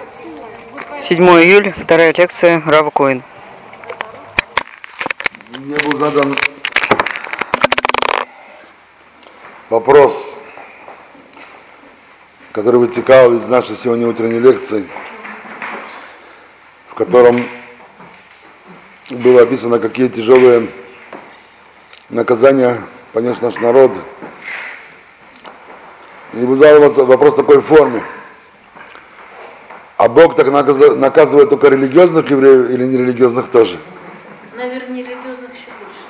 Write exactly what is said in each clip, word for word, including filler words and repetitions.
седьмое июля, вторая лекция Рава Коэна. Мне был задан вопрос, который вытекал из нашей сегодня утренней лекции, в котором было описано, какие тяжелые наказания понес наш народ. И был задан вопрос в такой форме. А Бог так наказывает только религиозных евреев или нерелигиозных тоже? Наверное, нерелигиозных еще больше.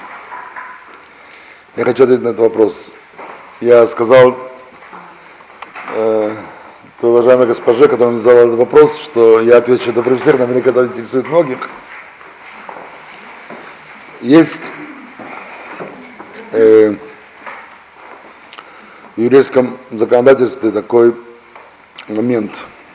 Я хочу ответить на этот вопрос. Я сказал э, той уважаемой госпоже, которая мне задала этот вопрос, что я отвечу это при всех, наверняка это интересует многих. Есть э, в еврейском законодательстве такой момент.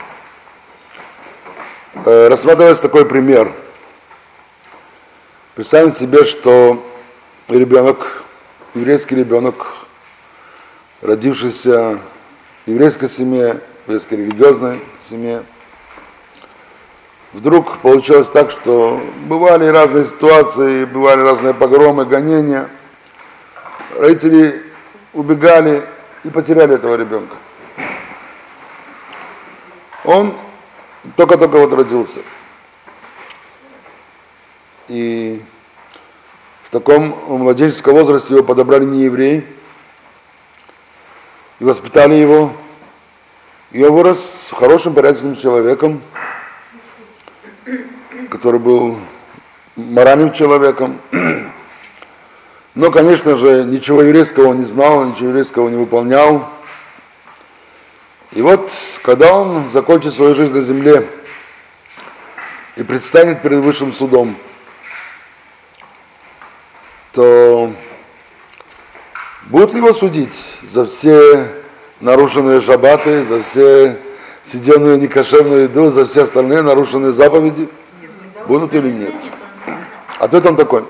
Э, рассматривается такой пример. Представим себе, что ребенок, еврейский ребенок, родившийся в еврейской семье, в еврейской религиозной семье, вдруг получилось так, что бывали разные ситуации, бывали разные погромы, гонения. Родители убегали и потеряли этого ребенка. Он только-только вот родился. И в таком младенческом возрасте его подобрали не евреи, и воспитали его. И он вырос хорошим, порядочным человеком, который был моральным человеком. Но, конечно же, ничего еврейского он не знал, ничего еврейского не выполнял. И вот, когда он закончит свою жизнь на земле и предстанет перед высшим судом, то будут ли его судить за все нарушенные шаббаты, за все съеденную некошерную еду, за все остальные нарушенные заповеди? Будут или нет? Ответ он такой,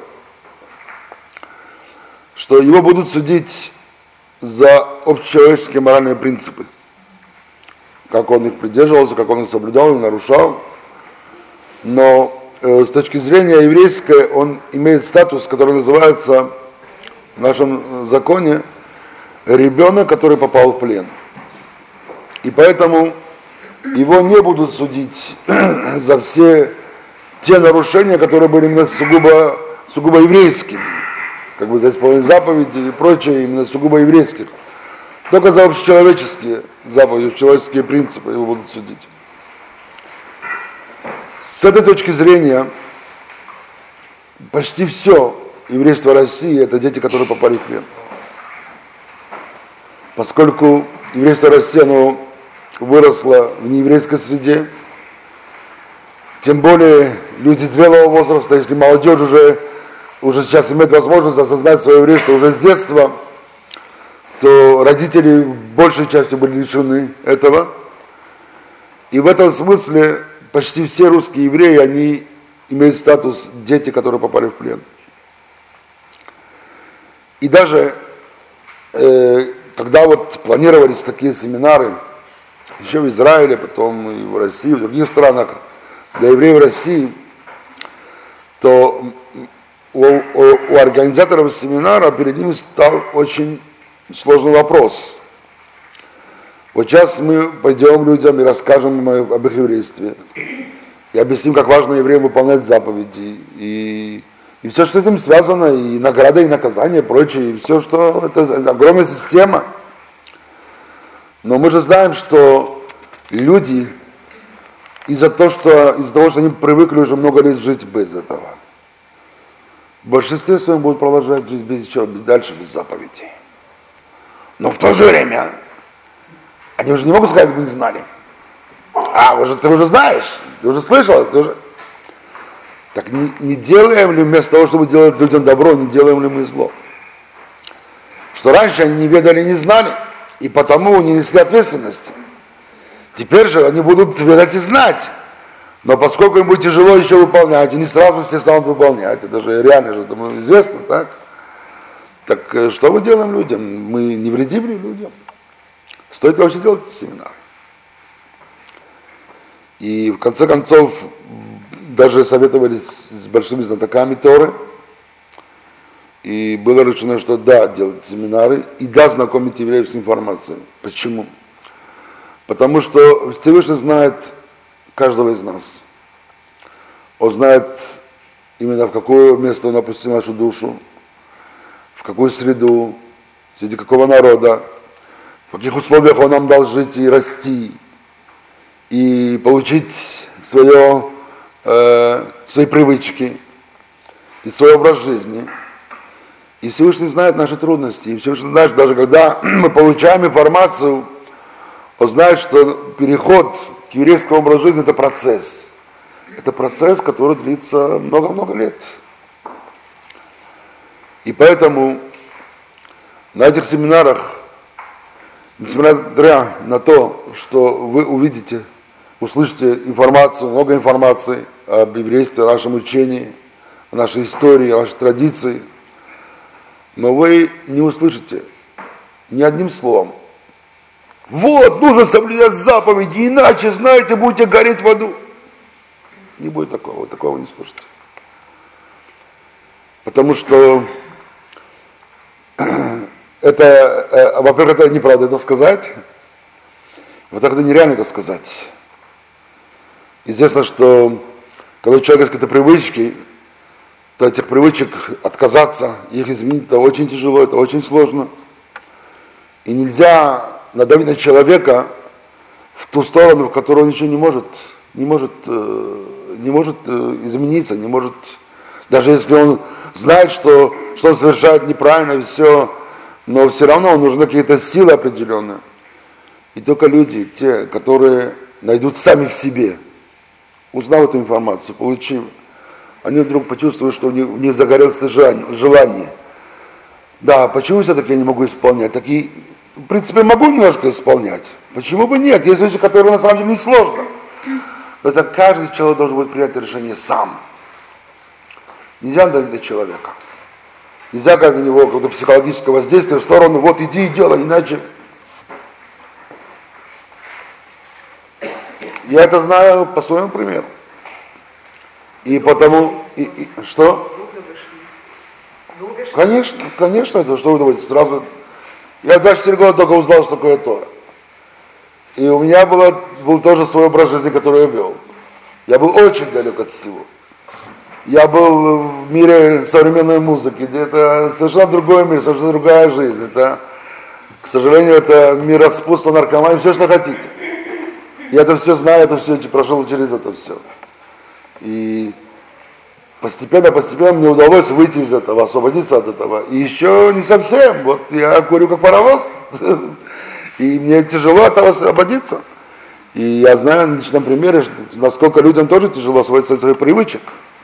что его будут судить за общечеловеческие моральные принципы. Как он их придерживался, как он их соблюдал и нарушал. Но э, с точки зрения еврейской он имеет статус, который называется в нашем законе ребенок, который попал в плен. И поэтому его не будут судить за все те нарушения, которые были именно сугубо, сугубо еврейскими. Как бы за исполнение заповедей и прочее, именно сугубо еврейских. Только за общечеловеческие заповеди, общечеловеческие принципы его будут судить. С этой точки зрения, почти все еврейство России – это дети, которые попали в плен. Поскольку еврейство России, оно выросло в нееврейской среде, тем более люди зрелого возраста, если молодежь уже, уже сейчас имеет возможность осознать свое еврейство уже с детства, то родители большей частью были лишены этого. И в этом смысле почти все русские евреи, они имеют статус дети, которые попали в плен. И даже э, когда вот планировались такие семинары, еще в Израиле, потом и в России, в других странах, для евреев России, то у, у, у организаторов семинара перед ними стал очень сложный вопрос. Вот сейчас мы пойдем людям и расскажем им об их еврействе. И объясним, как важно евреям выполнять заповеди. И, и все, что с этим связано, и награда, и наказание, и прочее, и все, что это огромная система. Но мы же знаем, что люди из-за того, что, из-за того, что они привыкли уже много лет жить без этого, в большинстве своем будут продолжать жить без чего, дальше без заповедей. Но в то же время они уже не могут сказать, что не знали. А, уже, ты уже знаешь, ты уже слышал, ты уже... Так не, не делаем ли вместо того, чтобы делать людям добро, не делаем ли мы зло? Что раньше они не ведали, не знали, и потому не несли ответственности. Теперь же они будут ведать и знать. Но поскольку им будет тяжело еще выполнять, и не сразу все станут выполнять, это же реально же, думаю, известно, так? Так что мы делаем людям? Мы не вредим ли людям? Стоит ли вообще делать этот семинар? И в конце концов даже советовались с большими знатоками Торы. И было решено, что да, делать семинары и да, знакомить евреев с информацией. Почему? Потому что Всевышний знает каждого из нас. Он знает именно в какое место он опустил нашу душу, в какую среду, среди какого народа, в каких условиях он нам дал жить и расти, и получить свое, э, свои привычки и свой образ жизни. И Всевышний знает наши трудности. И Всевышний знает, что даже когда мы получаем информацию, он знает, что переход к еврейскому образу жизни – это процесс. Это процесс, который длится много-много лет. И поэтому на этих семинарах, несмотря на то, что вы увидите, услышите информацию, много информации об еврействе, о нашем учении, о нашей истории, о нашей традиции, но вы не услышите ни одним словом: вот, нужно соблюдать заповеди, иначе, знаете, будете гореть в аду. Не будет такого, вы такого не слышите. Потому что это, э, во-первых, это неправда это сказать, во-вторых, это нереально это сказать. Известно, что когда у человека есть какие-то привычки, то от этих привычек отказаться, их изменить, это очень тяжело, это очень сложно. И нельзя надавить на человека в ту сторону, в которую он еще не может, не может, не может измениться, не может, даже если он знает, что, что он совершает неправильно и все, но все равно нужны какие-то силы определенные. И только люди, те, которые найдут сами в себе, узнав эту информацию, получив, они вдруг почувствуют, что у них, у них загорелось желание. Да, почему все-таки я не могу исполнять? Такие, в принципе, могу немножко исполнять. Почему бы нет? Есть вещи, которые на самом деле не сложно. Но это каждый человек должен будет принять решение сам. Нельзя давить на человека. Нельзя как на него какое-то психологическое воздействие в сторону: вот иди и делай, иначе. Я это знаю по своему примеру. И потому, и, и, что? Конечно, конечно, это что вы думаете, сразу. Я двадцать четыре года только узнал, что такое Тора. И у меня было, был тоже свой образ жизни, который я вел. Я был очень далек от всего. Я был в мире современной музыки, это совершенно другой мир, совершенно другая жизнь. Это, к сожалению, это мир распутства, наркомании, все, что хотите. Я это все знаю, это все прошел через это все. И постепенно, постепенно мне удалось выйти из этого, освободиться от этого. И еще не совсем. Вот я курю как паровоз. И мне тяжело от этого освободиться. И я знаю на личном примере, насколько людям тоже тяжело освободиться от своих привычек.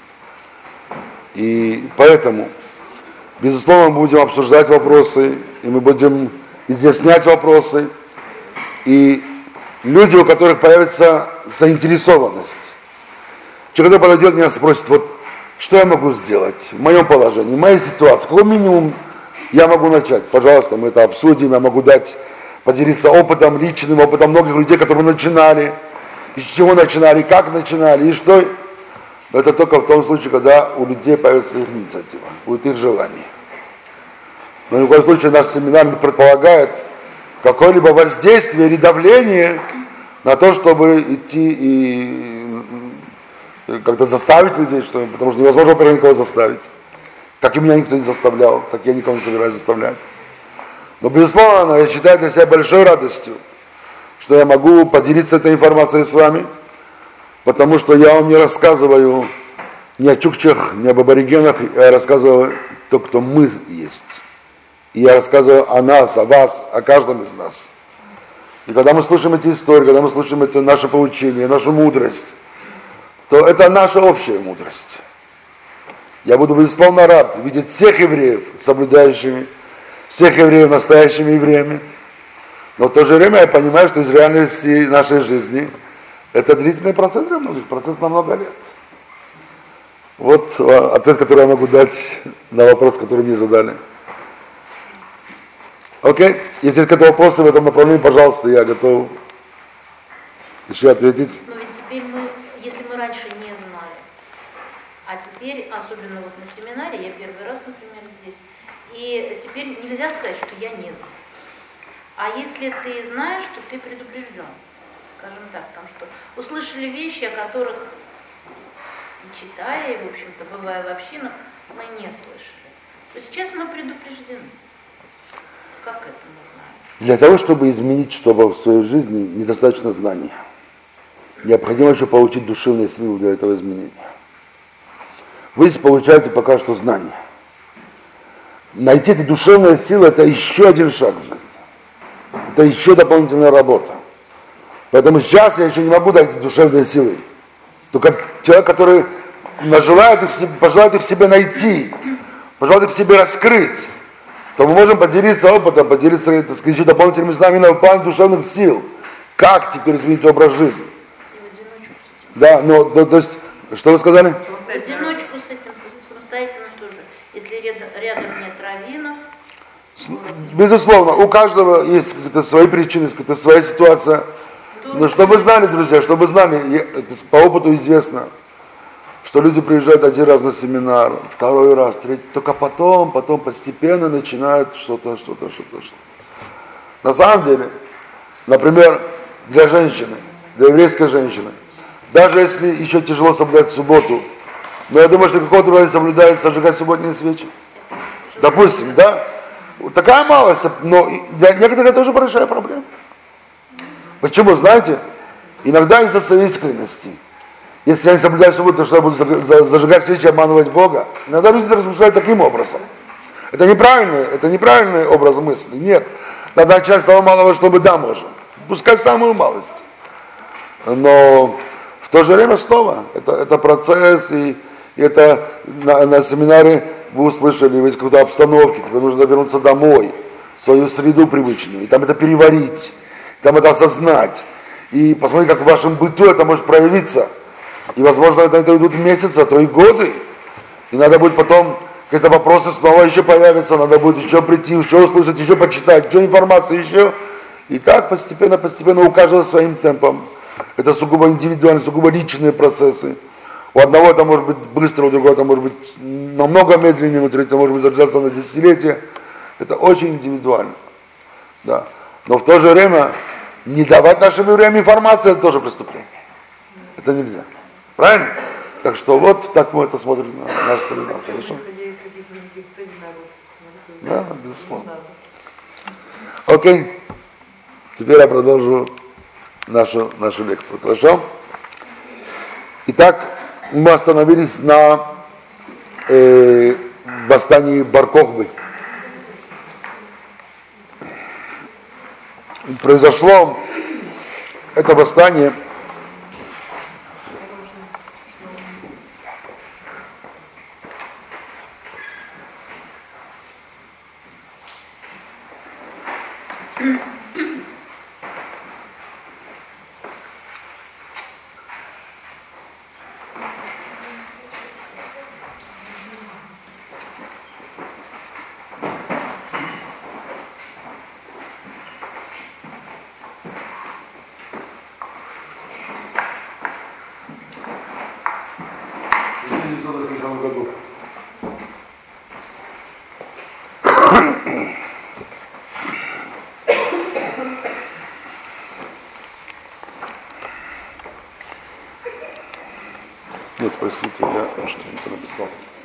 И поэтому, безусловно, мы будем обсуждать вопросы, и мы будем изъяснять вопросы. И люди, у которых появится заинтересованность. Человек подойдет меня и спросит: вот что я могу сделать в моем положении, в моей ситуации, какой минимум я могу начать? Пожалуйста, мы это обсудим, я могу дать, поделиться опытом, личным опытом многих людей, которые начинали, и с чего начинали, как начинали, и что. Но это только в том случае, когда у людей появится их инициатива, будет их желание. Но ни в коем случае наш семинар не предполагает какое-либо воздействие или давление на то, чтобы идти и как-то заставить людей, что, потому что невозможно, во-первых, никого заставить. Как и меня никто не заставлял, так я никого не собираюсь заставлять. Но, безусловно, я считаю для себя большой радостью, что я могу поделиться этой информацией с вами, потому что я вам не рассказываю ни о чукчах, ни об аборигенах, я рассказываю то, кто мы есть. И я рассказываю о нас, о вас, о каждом из нас. И когда мы слушаем эти истории, когда мы слушаем это наше поучение, нашу мудрость, то это наша общая мудрость. Я буду, безусловно, рад видеть всех евреев соблюдающими, всех евреев настоящими евреями. Но в то же время я понимаю, что из реальности нашей жизни это длительный процесс для многих, процесс на много лет. Вот ответ, который я могу дать на вопрос, который мне задали. Окей? Если есть какие-то вопросы в этом направлении, пожалуйста, я готов еще ответить. Но ведь теперь мы раньше не знали. А теперь, особенно вот на семинаре, я первый раз, например, здесь, и теперь нельзя сказать, что я не знаю. А если ты знаешь, то ты предупрежден, скажем так, потому что услышали вещи, о которых, читая, и, в общем-то, бывая в общинах, мы не слышали. То сейчас мы предупреждены. Как это можно? Для того, чтобы изменить что-то в своей жизни, недостаточно знаний. Необходимо еще получить душевные силы для этого изменения. Вы получаете пока что знания. Найти эти душевные силы – это еще один шаг в жизни. Это еще дополнительная работа. Поэтому сейчас я еще не могу дать эти душевные силы. Только человек, который желает их, пожелает их в себе найти, пожелает их в себе раскрыть, то мы можем поделиться опытом, поделиться, так сказать, еще дополнительными знаниями на плане душевных сил. Как теперь изменить образ жизни? Да, но, то, то есть, что вы сказали? В одиночку с этим, самостоятельно тоже. Если рядом нет раввинов. Безусловно, у каждого есть какие-то свои причины, какая-то своя ситуация. Но чтобы знали, друзья, чтобы знали, это по опыту известно, что люди приезжают один раз на семинар, второй раз, третий, только потом, потом постепенно начинают что-то, что-то, что-то, что-то. На самом деле, например, для женщины, для еврейской женщины, даже если еще тяжело соблюдать субботу, но я думаю, что какого-то рода соблюдает сожигать субботние свечи. Допустим, да? Такая малость, но для некоторых это тоже большая проблема. Почему, знаете? Иногда из-за своей искренности. Если я не соблюдаю субботу, то что я буду зажигать свечи, обманывать Бога? Иногда люди размышляют таким образом. Это неправильный, это неправильный образ мысли. Нет. Надо начать с того малого, чтобы да, можно. Пускай самую малость. Но в то же время снова, это, это процесс, и, и это на, на семинаре вы услышали, в какой-то обстановке, тебе нужно вернуться домой, в свою среду привычную, и там это переварить, там это осознать, и посмотреть, как в вашем быту это может проявиться. И, возможно, это, это идут месяцы, а то и годы. И надо будет потом, какие-то вопросы снова еще появятся, надо будет еще прийти, еще услышать, еще почитать, еще информации, еще. И так постепенно, постепенно у каждого своим темпом. Это сугубо индивидуальные, сугубо личные процессы. У одного это может быть быстро, у другого это может быть намного медленнее, у третьего может быть задержаться на десятилетия. Это очень индивидуально. Да. Но в то же время не давать нашим евреям информации, это тоже преступление. Это нельзя. Правильно? Так что вот так мы это смотрим на наш семинар. Хорошо? Да, безусловно. Окей. Теперь я продолжу нашу, нашу лекцию. Хорошо? Итак, мы остановились на э, восстании Бар-Кохбы. Произошло это восстание году. Нет, простите, я что-нибудь написал.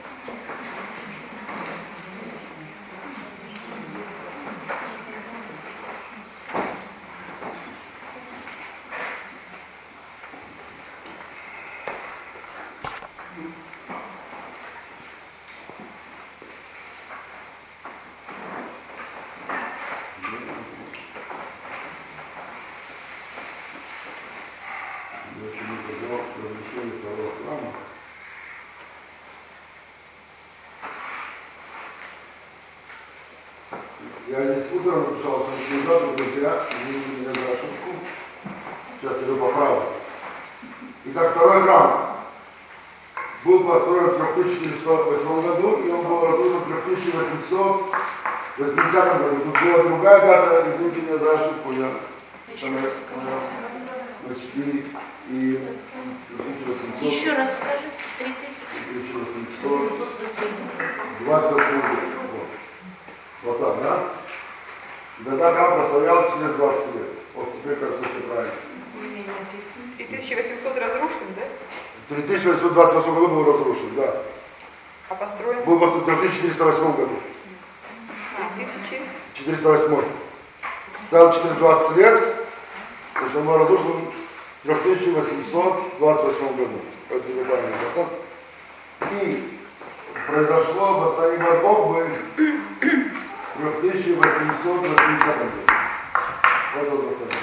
Я здесь утром написал, что не друзья, извините меня за ошибку. Сейчас я иду поправлю. Итак, второй храм был построен в трёх тысячах четыреста восьмом году, и он был разрушен в трёх тысячах восемьсот восьмидесятом году. Тут была другая дата, извините меня за ошибку, я значит, и, и трёх тысяч восемьсот Еще раз скажи, три тысячи. три тысячи восемьсот двадцать восемь год. Вот так, да? И тогда храм простоял через двадцать лет. Вот теперь кажется, все правильно. три тысячи восемьсот разрушен, да? В три тысячи восемьсот двадцать восьмом году был разрушен, да. А построен? Был построен в три тысячи четыреста восьмом году. три тысячи? четыреста восьмой. Стоял четыреста двадцать лет, то есть он был разрушен в три тысячи восемьсот двадцать восьмом году. Это неправильно. И произошло восстание Бар-Кохбы в три тысячи восемьсот восьмидесятом году. Вот это восстание.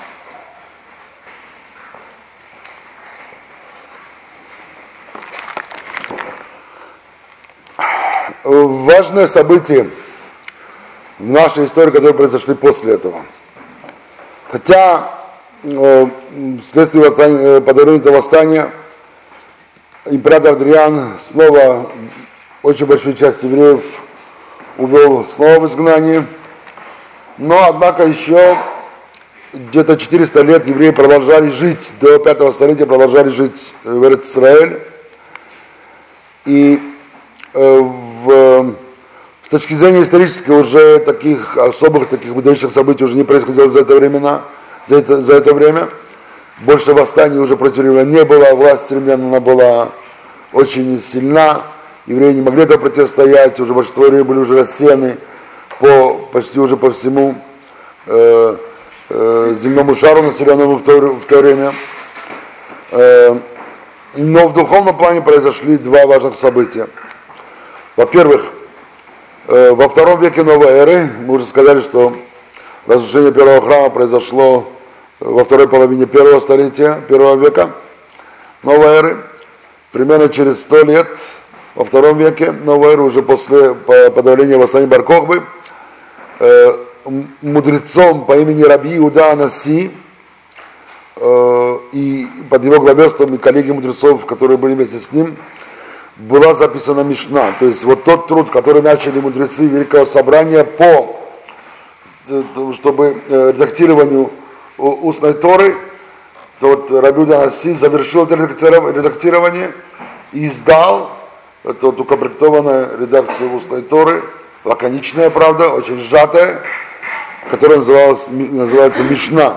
Важное событие в нашей истории, которые произошли после этого. Хотя э, вследствие восстания, подавления этого восстания император Адриан снова очень большую часть евреев увел снова в изгнание, но однако еще где-то четыреста лет евреи продолжали жить, до пятого столетия продолжали жить в Эрец-Исраэль. И э, в С точки зрения исторической уже таких особых, таких выдающих событий уже не происходило за это, времена, за это, за это время. Больше восстаний уже против римлян не было, власть римлян она была очень сильна, евреи не могли этого противостоять, уже большинство евреев были уже рассеяны по, почти уже по всему э, э, земному шару, населенному в то, в то время. Э, но в духовном плане произошли два важных события. Во-первых, во втором веке новой эры, мы уже сказали, что разрушение первого храма произошло во второй половине первого столетия, первого века новой эры. Примерно через сто лет, во втором веке новой эры, уже после подавления восстания Бар-Кохбы, мудрецом по имени Раби Иуда Анаси и под его главенством и коллеги мудрецов, которые были вместе с ним, была записана Мишна, то есть вот тот труд, который начали мудрецы Великого Собрания по, чтобы редактированию устной Торы, тот Раби Иуда Анаси завершил это редактирование и издал эту укомплектованную редакцию устной Торы, лаконичная, правда, очень сжатая, которая называлась, называется Мишна.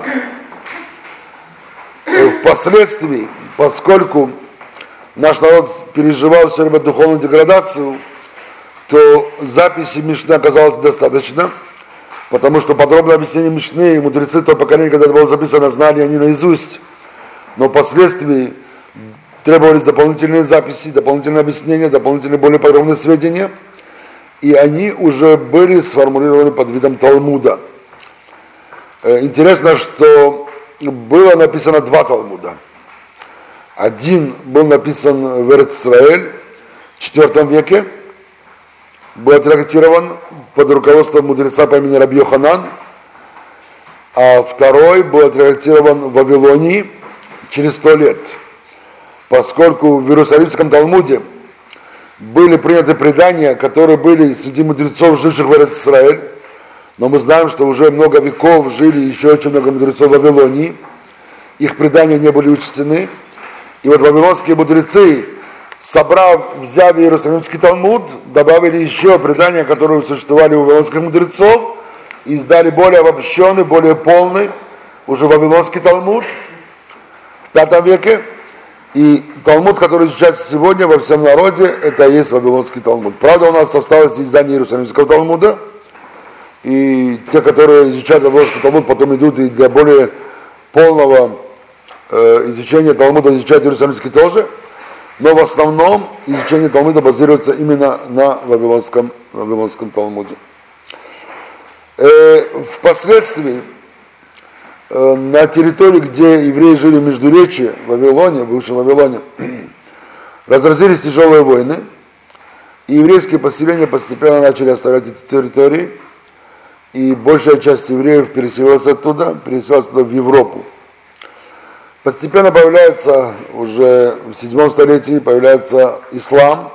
Впоследствии, поскольку наш народ переживал все время духовную деградацию, то записи Мишны оказалось достаточно, потому что подробное объяснение Мишны, мудрецы того поколения, когда это было записано, знали они наизусть, но впоследствии требовались дополнительные записи, дополнительные объяснения, дополнительные более подробные сведения, и они уже были сформулированы под видом Талмуда. Интересно, что было написано два Талмуда. Один был написан в Эрец-Исраэль в четвёртом веке, был отредактирован под руководством мудреца по имени Раби Йоханан, а второй был отредактирован в Вавилонии через сто лет, поскольку в Иерусалимском Талмуде были приняты предания, которые были среди мудрецов, живших в Эрец-Исраэль, но мы знаем, что уже много веков жили еще очень много мудрецов в Вавилонии, их предания не были учтены. И вот вавилонские мудрецы, собрав, взяв Иерусалимский Талмуд, добавили еще предания, которые существовали у вавилонских мудрецов, и издали более обобщенный, более полный, уже вавилонский Талмуд в пятом веке. И Талмуд, который изучается сегодня во всем народе, это и есть вавилонский Талмуд. Правда, у нас осталось издание Иерусалимского Талмуда, и те, которые изучают вавилонский Талмуд, потом идут и для более полного изучение Талмуда изучает Иерусалимский тоже, но в основном изучение Талмуда базируется именно на Вавилонском, Вавилонском Талмуде. Э, впоследствии э, на территории, где евреи жили в Междуречье, в Вавилоне, в бывшем Вавилоне, разразились тяжелые войны, и еврейские поселения постепенно начали оставлять эти территории, и большая часть евреев переселилась оттуда, переселилась оттуда в Европу. Постепенно появляется, уже в седьмом столетии появляется ислам,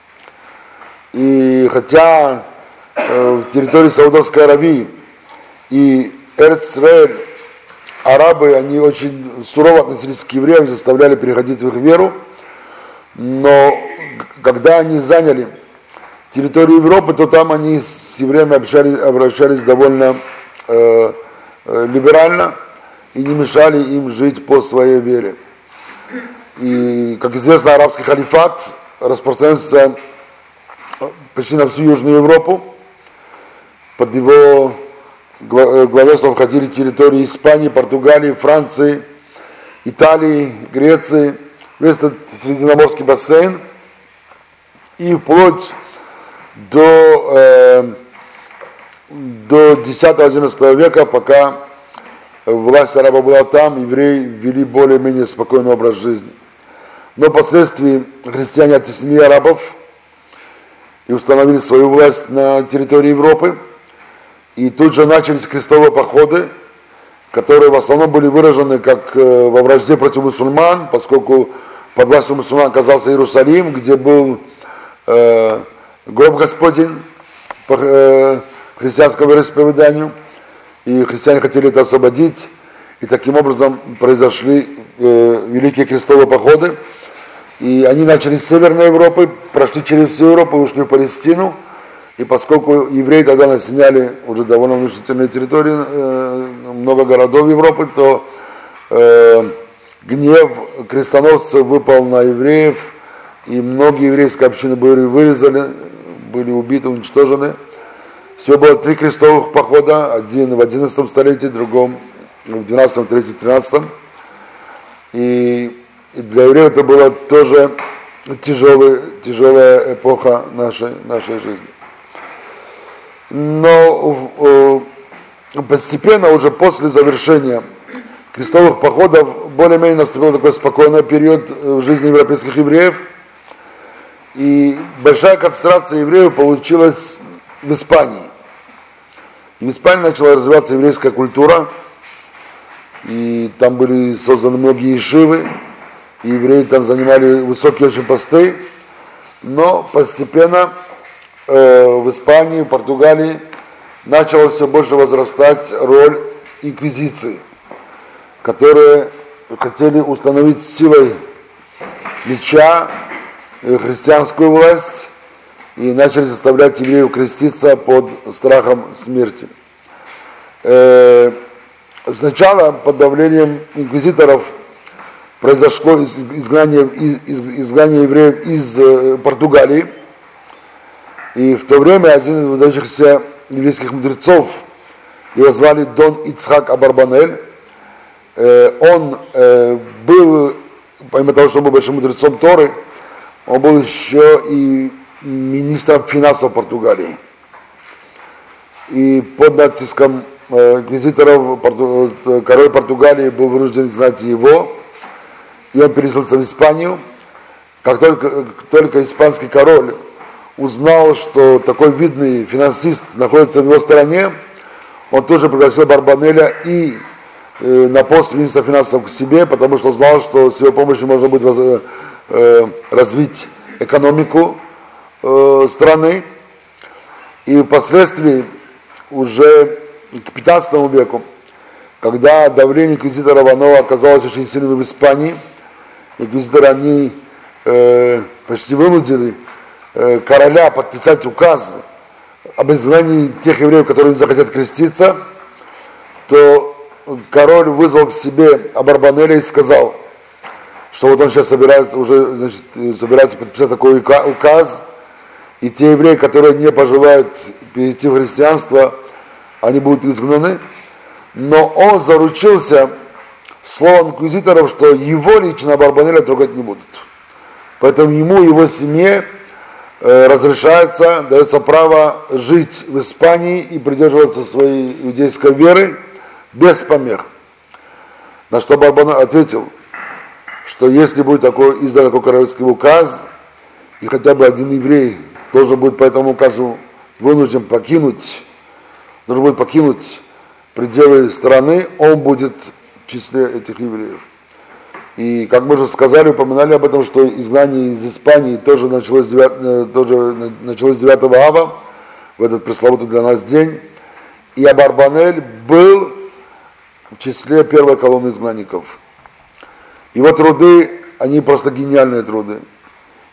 и хотя э, в территории Саудовской Аравии и Эрец-Исраэль арабы, они очень сурово относились к евреям, заставляли переходить в их веру, Но когда они заняли территорию Европы, то там они с евреями общались, обращались довольно э, э, либерально и не мешали им жить по своей вере. И, как известно, арабский халифат распространился почти на всю Южную Европу. Под его главенством входили территории Испании, Португалии, Франции, Италии, Греции, весь этот Средиземноморский бассейн. И вплоть до, э, до десятого-одиннадцатого века, пока власть арабов была там, евреи вели более-менее спокойный образ жизни. Но впоследствии христиане оттеснили арабов и установили свою власть на территории Европы. И тут же начались крестовые походы, которые в основном были выражены как э, во вражде против мусульман, поскольку под властью мусульман оказался Иерусалим, где был э, гроб Господень по э, христианскому вероисповеданию, и христиане хотели это освободить, и таким образом произошли э, великие крестовые походы, и они начались с Северной Европы, прошли через всю Европу, ушли в Палестину, и поскольку евреи тогда населяли уже довольно внушительные территории, э, много городов Европы, то э, гнев крестоносцев выпал на евреев, и многие еврейские общины были вырезаны, были убиты, уничтожены. Всего было три крестовых похода, один в одиннадцатом столетии, другом в двенадцатом, третьем, тринадцатом. И, и для евреев это была тоже тяжелый, тяжелая эпоха нашей, нашей жизни. Но э, постепенно, уже после завершения крестовых походов, более-менее наступил такой спокойный период в жизни европейских евреев. И большая концентрация евреев получилась в Испании. И в Испании начала развиваться еврейская культура, и там были созданы многие ешивы, и евреи там занимали высокие очень посты, но постепенно э, в Испании, в Португалии начала все больше возрастать роль инквизиции, которые хотели установить силой меча христианскую власть и начали заставлять евреев креститься под страхом смерти. Э, сначала под давлением инквизиторов произошло изгнание, изгнание евреев из э, Португалии, и в то время один из выдающихся еврейских мудрецов, его звали Дон Ицхак Абарбанель, э, он э, был, помимо того, что он был большим мудрецом Торы, он был еще и министром финансов Португалии. И под натиском э, инквизиторов порту, король Португалии был вынужден изгнать его, и он переселился в Испанию. Как только, как только испанский король узнал, что такой видный финансист находится в его стране, он тоже пригласил Барбанеля и э, на пост министра финансов к себе, потому что знал, что с его помощью можно будет воз, э, развить экономику э, страны. И впоследствии, уже к пятнадцатому веку, когда давление инквизиторов оно оказалось очень сильным в Испании, инквизиторы они э, почти вынудили э, короля подписать указ об изгнании тех евреев, которые не захотят креститься, то король вызвал к себе Абарбанеля и сказал, что вот он сейчас собирается уже, значит, собирается подписать такой указ, и те евреи, которые не пожелают перейти в христианство, они будут изгнаны. Но он заручился словом инквизиторов, что его лично Барбанеля трогать не будут. Поэтому ему и его семье э, разрешается, дается право жить в Испании и придерживаться своей иудейской веры без помех. На что Барбанель ответил, что если будет такой, издан такой королевский указ, и хотя бы один еврей должен будет по этому указу вынужден покинуть, должен будет покинуть пределы страны, он будет в числе этих евреев. И, как мы уже сказали, упоминали об этом, что изгнание из Испании тоже началось, тоже началось девятого ава, в этот пресловутый для нас день. И Абарбанель был в числе первой колонны изгнанников. Его труды, они просто гениальные труды.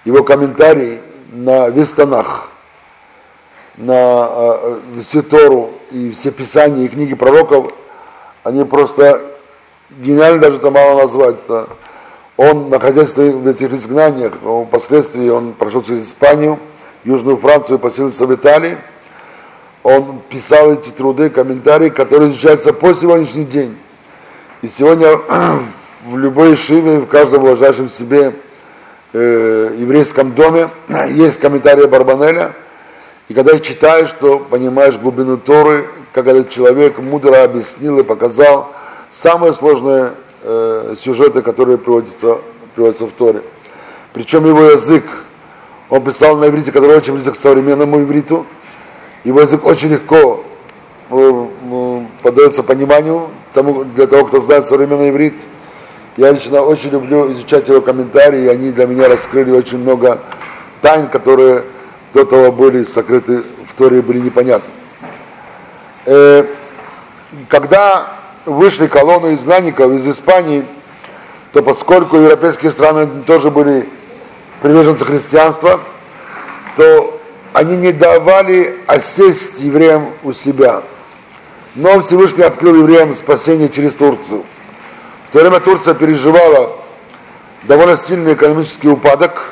его комментарий на весь Танах, на э, всю Тору и все писания и книги пророков, они просто гениально, даже это мало назвать. Это он, находясь в этих изгнаниях, впоследствии он прошел через Испанию, Южную Францию, поселился в Италии. Он писал эти труды, комментарии, которые изучаются по сегодняшний день. И сегодня в любой шиве, в каждом уважающем себе э, еврейском доме есть комментарии Барбанеля. И когда их читаешь, то понимаешь глубину Торы, как этот человек мудро объяснил и показал самые сложные э, сюжеты, которые приводятся, приводятся в Торе. Причем его язык, он писал на иврите, который очень близок к современному ивриту. Его язык очень легко э, э, поддается пониманию тому, для того, кто знает современный иврит. Я лично очень люблю изучать его комментарии, и они для меня раскрыли очень много тайн, которые до того были сокрыты в Торе и были непонятны. Э, когда вышли колонны изгнанников из Испании, то поскольку европейские страны тоже были приверженцы христианства, то они не давали осесть евреям у себя. Но Всевышний открыл евреям спасение через Турцию. В то время Турция переживала довольно сильный экономический упадок,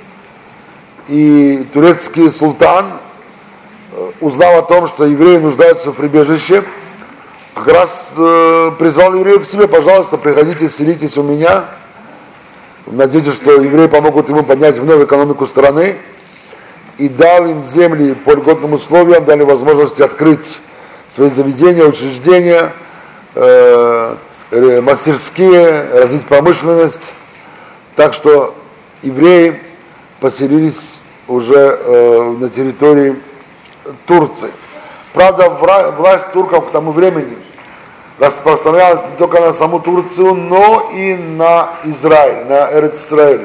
и турецкий султан узнал о том, что евреи нуждаются в прибежище, как раз э, призвал евреев к себе: пожалуйста, приходите, селитесь у меня. Надеюсь, что евреи помогут ему поднять вновь экономику страны. И дал им земли по льготным условиям, дали возможность открыть свои заведения, учреждения, э, мастерские, развить промышленность. Так что евреи поселились уже э, на территории Турции. Правда, власть турков к тому времени распространялась не только на саму Турцию, но и на Израиль, на Эрец-Исраэль.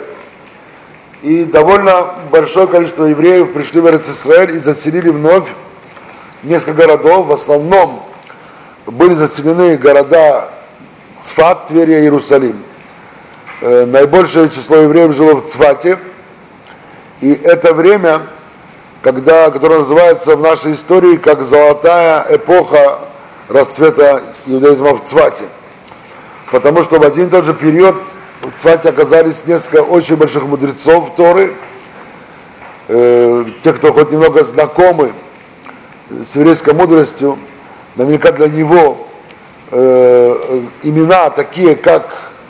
И довольно большое количество евреев пришли в Эрец-Исраэль и заселили вновь несколько городов. В основном были заселены города Цфат, Тверь и Иерусалим. Э, наибольшее число евреев жило в Цфате. И это время, когда, которое называется в нашей истории как золотая эпоха расцвета иудаизма в Цфате. Потому что в один и тот же период в Цфате оказались несколько очень больших мудрецов Торы, э, те, кто хоть немного знакомы с еврейской мудростью, наверняка для него э, имена такие, как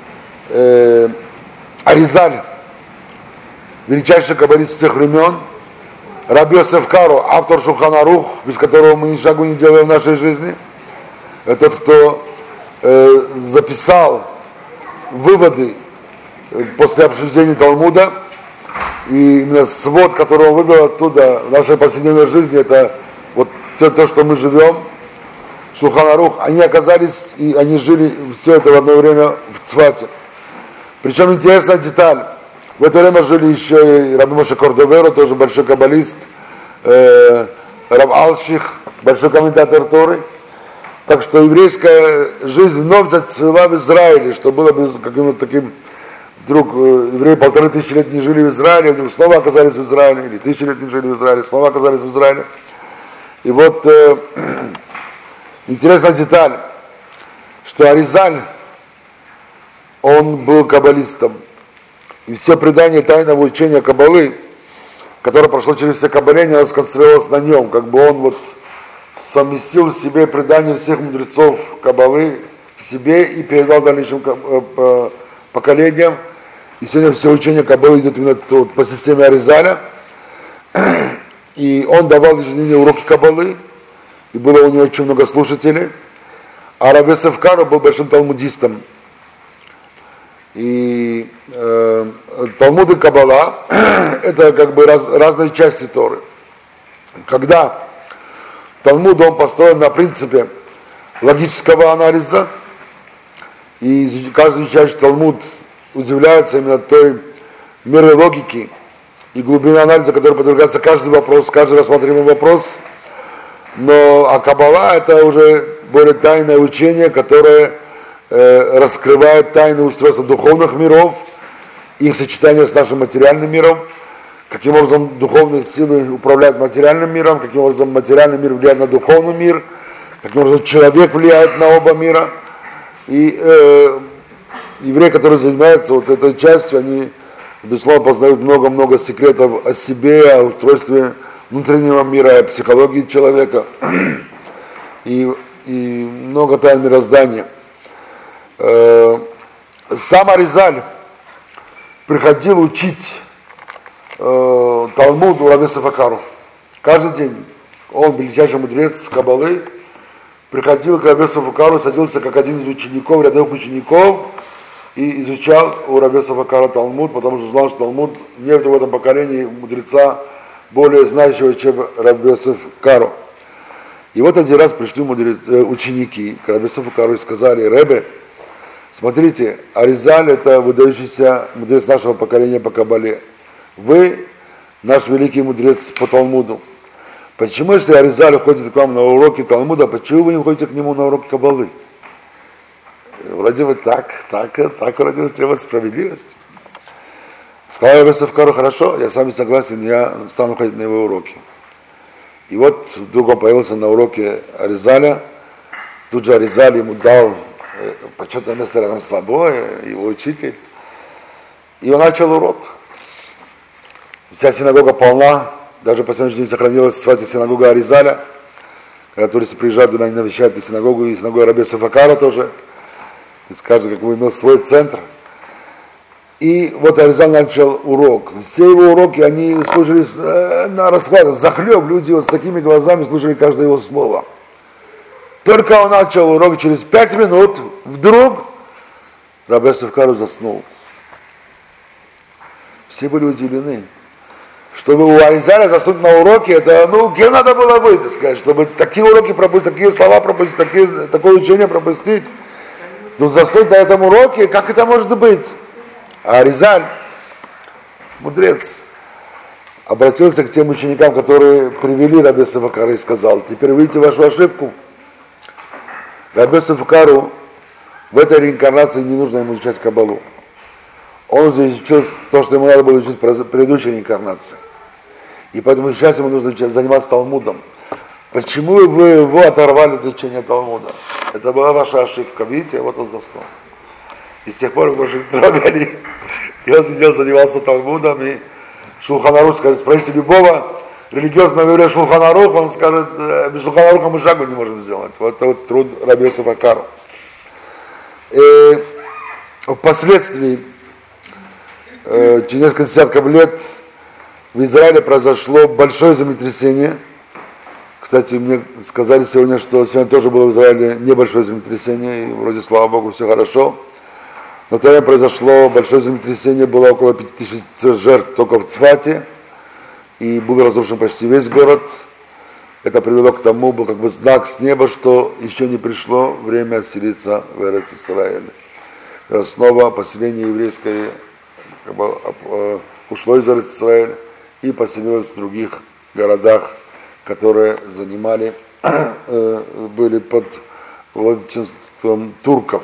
э, Аризаль, величайший каббалист всех времен, Раби Йосеф Каро, автор Шулхан Арух, без которого мы ни шагу не делаем в нашей жизни, тот, кто э, записал выводы после обсуждения Талмуда, и именно свод, который он вывел оттуда в нашей повседневной жизни, это вот все то, что мы живем, Шулхан Арух, они оказались, и они жили все это в одно время в Цфате. Причем интересная деталь, в это время жили еще и Раби Моше Кордоверо, тоже большой каббалист, э, Рав Алших, большой комментатор Торы. Так что еврейская жизнь вновь зацвела в Израиле, что было бы каким-то таким, вдруг э, евреи полторы тысячи лет не жили в Израиле, вдруг снова оказались в Израиле, или тысячи лет не жили в Израиле, снова оказались в Израиле. И вот э, интересная деталь, что Аризаль, он был каббалистом. И все предание тайного учения Каббалы, которое прошло через все каббаления, оно сконцентрировалось на нем, как бы он вот совместил в себе предание всех мудрецов Каббалы в себе и передал дальнейшим поколениям. И сегодня все учение Каббалы идет именно по системе Аризаля. И он давал ежедневные уроки Каббалы, и было у него очень много слушателей. А Раби Йосеф Каро был большим талмудистом. И э, Талмуд и Каббала это как бы раз, разные части Торы. Когда Талмуд, он построен на принципе логического анализа, и каждый изучающий Талмуд удивляется именно той мерой логики и глубины анализа, которой подвергается каждый вопрос, каждый рассматриваемый вопрос. Но а Каббала это уже более тайное учение, которое раскрывает тайны устройства духовных миров, их сочетание с нашим материальным миром. каким образом духовные силы управляют материальным миром, каким образом материальный мир влияет на духовный мир, каким образом человек влияет на оба мира. И э, евреи, которые занимаются вот этой частью, они, безусловно, познают много-много секретов о себе, о устройстве внутреннего мира, о психологии человека и, и много тайн мироздания. Э, сам Аризаль приходил учить э, Талмуд у Раби Сафакару. Каждый день он, величайший мудрец Каббалы, приходил к Раби Сафакару, садился как один из учеников, рядовых учеников, и изучал у Раби Сафакара Талмуд, потому что знал, что Талмуд нет в этом поколении мудреца более знающего, чем Раби Сафакару. И вот один раз пришли мудрец, ученики к Раби Сафакару и сказали: Ребе, смотрите, Аризаль — это выдающийся мудрец нашего поколения по Кабале. Вы наш великий мудрец по Талмуду. Почему, если Аризаль ходит к вам на уроки Талмуда, почему вы не ходите к нему на уроки Кабалы? Вроде бы так, так, так вроде бы требует справедливости. Сказал Раби Сафакару: хорошо, я с вами согласен, я стану ходить на его уроки. И вот вдруг он появился на уроке Аризаля. Тут же Аризаль ему дал почетное место рядом с собой, его учитель. И он начал урок. Вся синагога полна, даже по сегодняшний день сохранилась кстати, синагога Аризаля, когда туристы приезжают туда, они навещают и синагогу, и синагогу Раби Сафакара тоже. И каждый как бы имел свой центр. И вот Аризаль начал урок. Все его уроки, они слушались э, на расхват, захлеб, люди вот с такими глазами слушали каждое его слово. Только он начал урок, через пять минут вдруг Раби Сафакару заснул. Все были удивлены. Чтобы у Аризаля заснуть на уроке, это, ну, кем надо было быть, так сказать, чтобы такие уроки пропустить, такие слова пропустить, такие, такое учение пропустить. Ну, заснуть на этом уроке, как это может быть? А Аризаль, мудрец, обратился к тем ученикам, которые привели Раби Сафакара, и сказал: теперь видите вашу ошибку. Раби Сафакару в этой реинкарнации не нужно ему изучать Кабалу. Он уже изучил то, что ему надо было изучить в предыдущей реинкарнации. И поэтому сейчас ему нужно заниматься Талмудом. Почему вы его оторвали от изучения Талмуда? Это была ваша ошибка. Видите, вот он заснул. И с тех пор его больше не трогали. И он сидел, занимался Талмудом. И Шулхан Арух, скажет, спросите любого религиозного еврея Шулхан Арух, он скажет: без Шулхан Аруха мы шагу не можем сделать. Вот это вот труд Раби Сафакару. И впоследствии, через несколько десятков лет, в Израиле произошло большое землетрясение. Кстати, мне сказали сегодня, что сегодня тоже было в Израиле небольшое землетрясение, и вроде, слава Богу, все хорошо. Но тогда произошло большое землетрясение, было около пяти тысяч жертв только в Цфате, и был разрушен почти весь город. Это привело к тому, был как бы знак с неба, что еще не пришло время отселиться в Эрец Исраэль. Снова поселение еврейское как бы, ушло из Эрец Исраэль и поселилось в других городах, которые занимали, э, были под владычеством турков.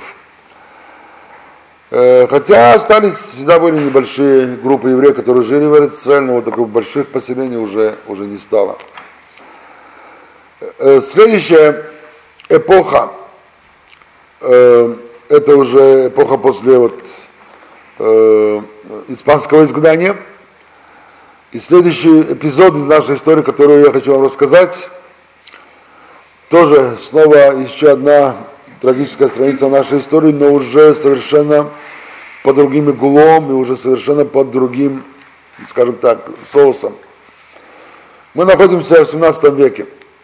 Э, хотя остались, всегда были небольшие группы евреев, которые жили в Эрец-Исраэль, но вот таких больших поселений уже, уже не стало. Э, следующая эпоха, э, это уже эпоха после вот, э, испанского изгнания. И следующий эпизод из нашей истории, который я хочу вам рассказать, тоже снова еще одна трагическая страница нашей истории, но уже совершенно под другим углом и уже совершенно под другим, скажем так, соусом. Мы находимся в семнадцатом веке.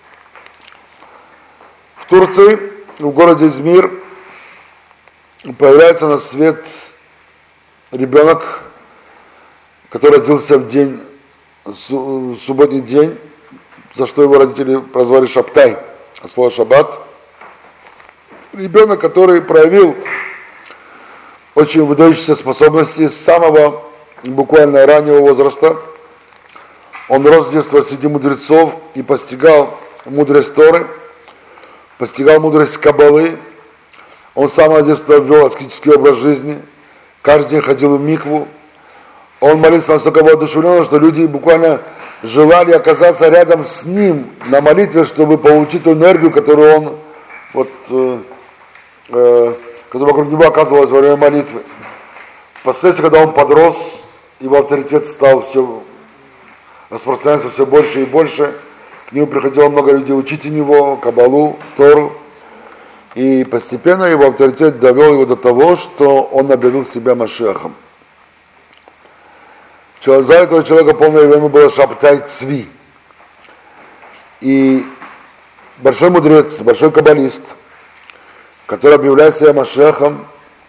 В Турции, в городе Измир, появляется на свет ребенок, который родился в день, субботний день, за что его родители прозвали Шабтай, от слова Шаббат. Ребенок, который проявил очень выдающиеся способности с самого буквально раннего возраста. Он рос с детства среди мудрецов и постигал мудрость Торы, постигал мудрость Каббалы. Он с самого детства вел аскетический образ жизни, каждый день ходил в микву. он молился настолько воодушевленно, что люди буквально желали оказаться рядом с ним на молитве, чтобы получить ту энергию, которую он, вот, э, э, которая вокруг него оказывалась во время молитвы. Впоследствии, когда он подрос, его авторитет стал все распространяться все больше и больше. К нему приходило много людей учить у него Кабалу, Тору. И постепенно его авторитет довел его до того, что он объявил себя Машиахом. За этого человека полное время было Шабтай Цви. И большой мудрец, большой каббалист, который объявляет себя Машиахом,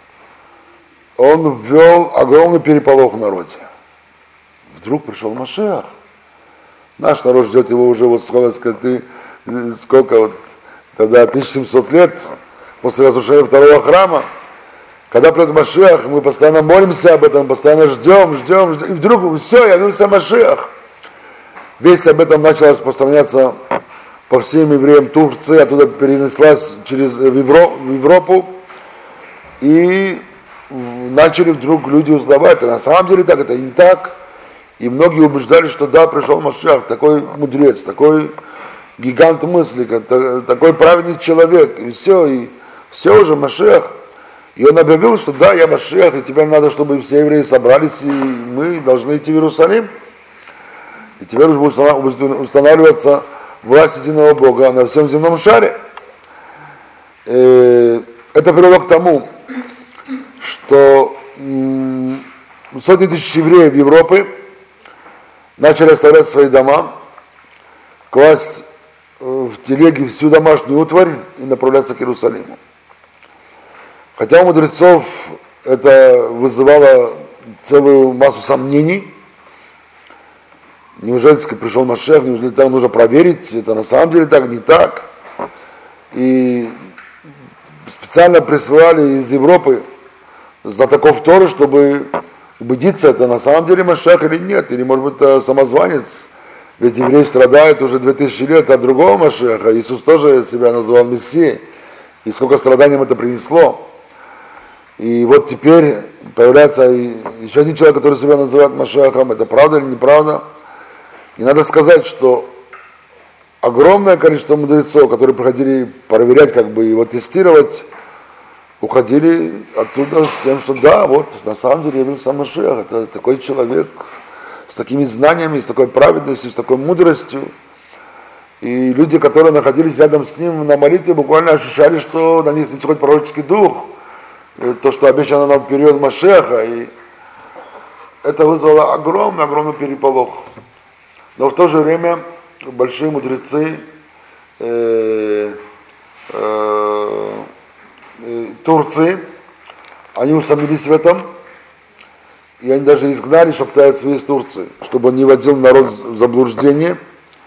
он ввел огромный переполох в народе. Вдруг пришел Машиах. Наш народ ждет его уже вот сколько, ты, сколько вот, тогда тысяча семьсот лет после разрушения второго храма. Когда придет Машиах, мы постоянно молимся об этом, постоянно ждем, ждем, ждем. И вдруг все, явился Машиах. Весть об этом начала распространяться по всем евреям Турции, оттуда перенеслась через в Европу. И начали вдруг люди узнавать, а на самом деле так, это не так. И многие убеждали, что да, пришел Машиах, такой мудрец, такой гигант мысли, такой праведный человек. И все, и все уже Машиах. И он объявил, что да, я Машиах, и теперь надо, чтобы все евреи собрались, и мы должны идти в Иерусалим. И теперь уже будет устанавливаться власть единого Бога на всем земном шаре. Это привело к тому, что сотни тысяч евреев Европы начали оставлять свои дома, класть в телеги всю домашнюю утварь и направляться к Иерусалиму. Хотя у мудрецов это вызывало целую массу сомнений. Неужели пришел Машиах, неужели там нужно проверить, это на самом деле так, не так. И специально присылали из Европы знатоков Торы, чтобы убедиться, это на самом деле Машиах или нет, или может быть это самозванец. Ведь евреи страдают уже две тысячи лет от другого Машиаха. Иисус тоже себя называл Мессией. И сколько страданий это принесло. И вот теперь появляется еще один человек, который себя называет Машиахом. Это правда или неправда? И надо сказать, что огромное количество мудрецов, которые приходили проверять, как бы его тестировать, уходили оттуда с тем, что да, вот на самом деле явился Машиах. Это такой человек с такими знаниями, с такой праведностью, с такой мудростью. И люди, которые находились рядом с ним на молитве, буквально ощущали, что на них исходит пророческий дух. То, что обещано нам в период Машиаха, и это вызвало огромный, огромный переполох. Но в то же время большие мудрецы э, э, э, Турции, они усомнились в этом, и они даже изгнали Шабтай Цви из Турции, чтобы он не вводил народ в заблуждение.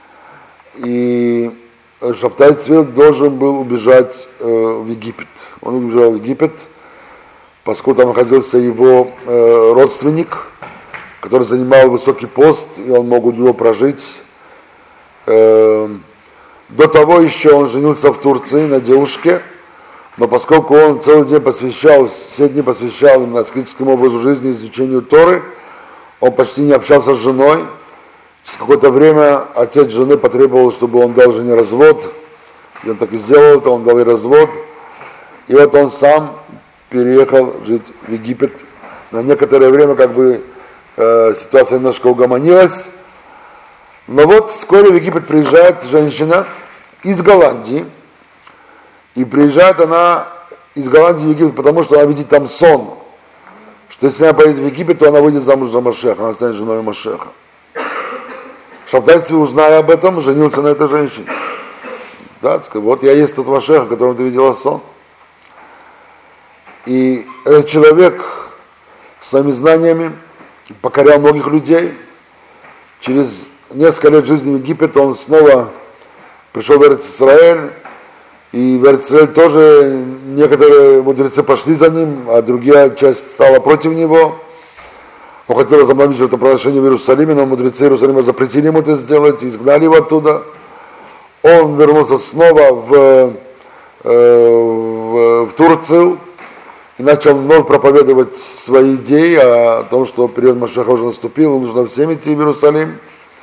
И Шабтай Цви должен был убежать э, в Египет. Он убежал в Египет, поскольку там находился его э, родственник, который занимал высокий пост, и он мог у него прожить. Э, до того еще он женился в Турции на девушке, но поскольку он целый день посвящал, все дни посвящал именно аскетическому образу жизни, изучению Торы, он почти не общался с женой. Через какое-то время отец жены потребовал, чтобы он дал жене развод, и он так и сделал это, он дал ей развод. И вот он сам переехал жить в Египет. На некоторое время как бы э, ситуация немножко угомонилась. Но вот вскоре в Египет приезжает женщина из Голландии. И приезжает она из Голландии в Египет, потому что она видит там сон. Что если она поедет в Египет, то она выйдет замуж за Машиаха, она станет женой Машиаха. Шабтай Цви, узная об этом, женился на этой женщине. Да, сказал, вот я есть тот Машиах, о котором ты видела сон. И этот человек своими знаниями покорял многих людей. Через несколько лет жизни в Египет он снова пришел в Эрец-Исраэль. И в Эрец-Исраэль тоже некоторые мудрецы пошли за ним, а другая часть стала против него. Он хотел возобновить жертвоприношение в Иерусалиме, но мудрецы Иерусалима запретили ему это сделать, изгнали его оттуда. Он вернулся снова в, э, в, в Турцию. и начал вновь проповедовать свои идеи о том, что период Машеха уже наступил, нужно всем идти в Иерусалим.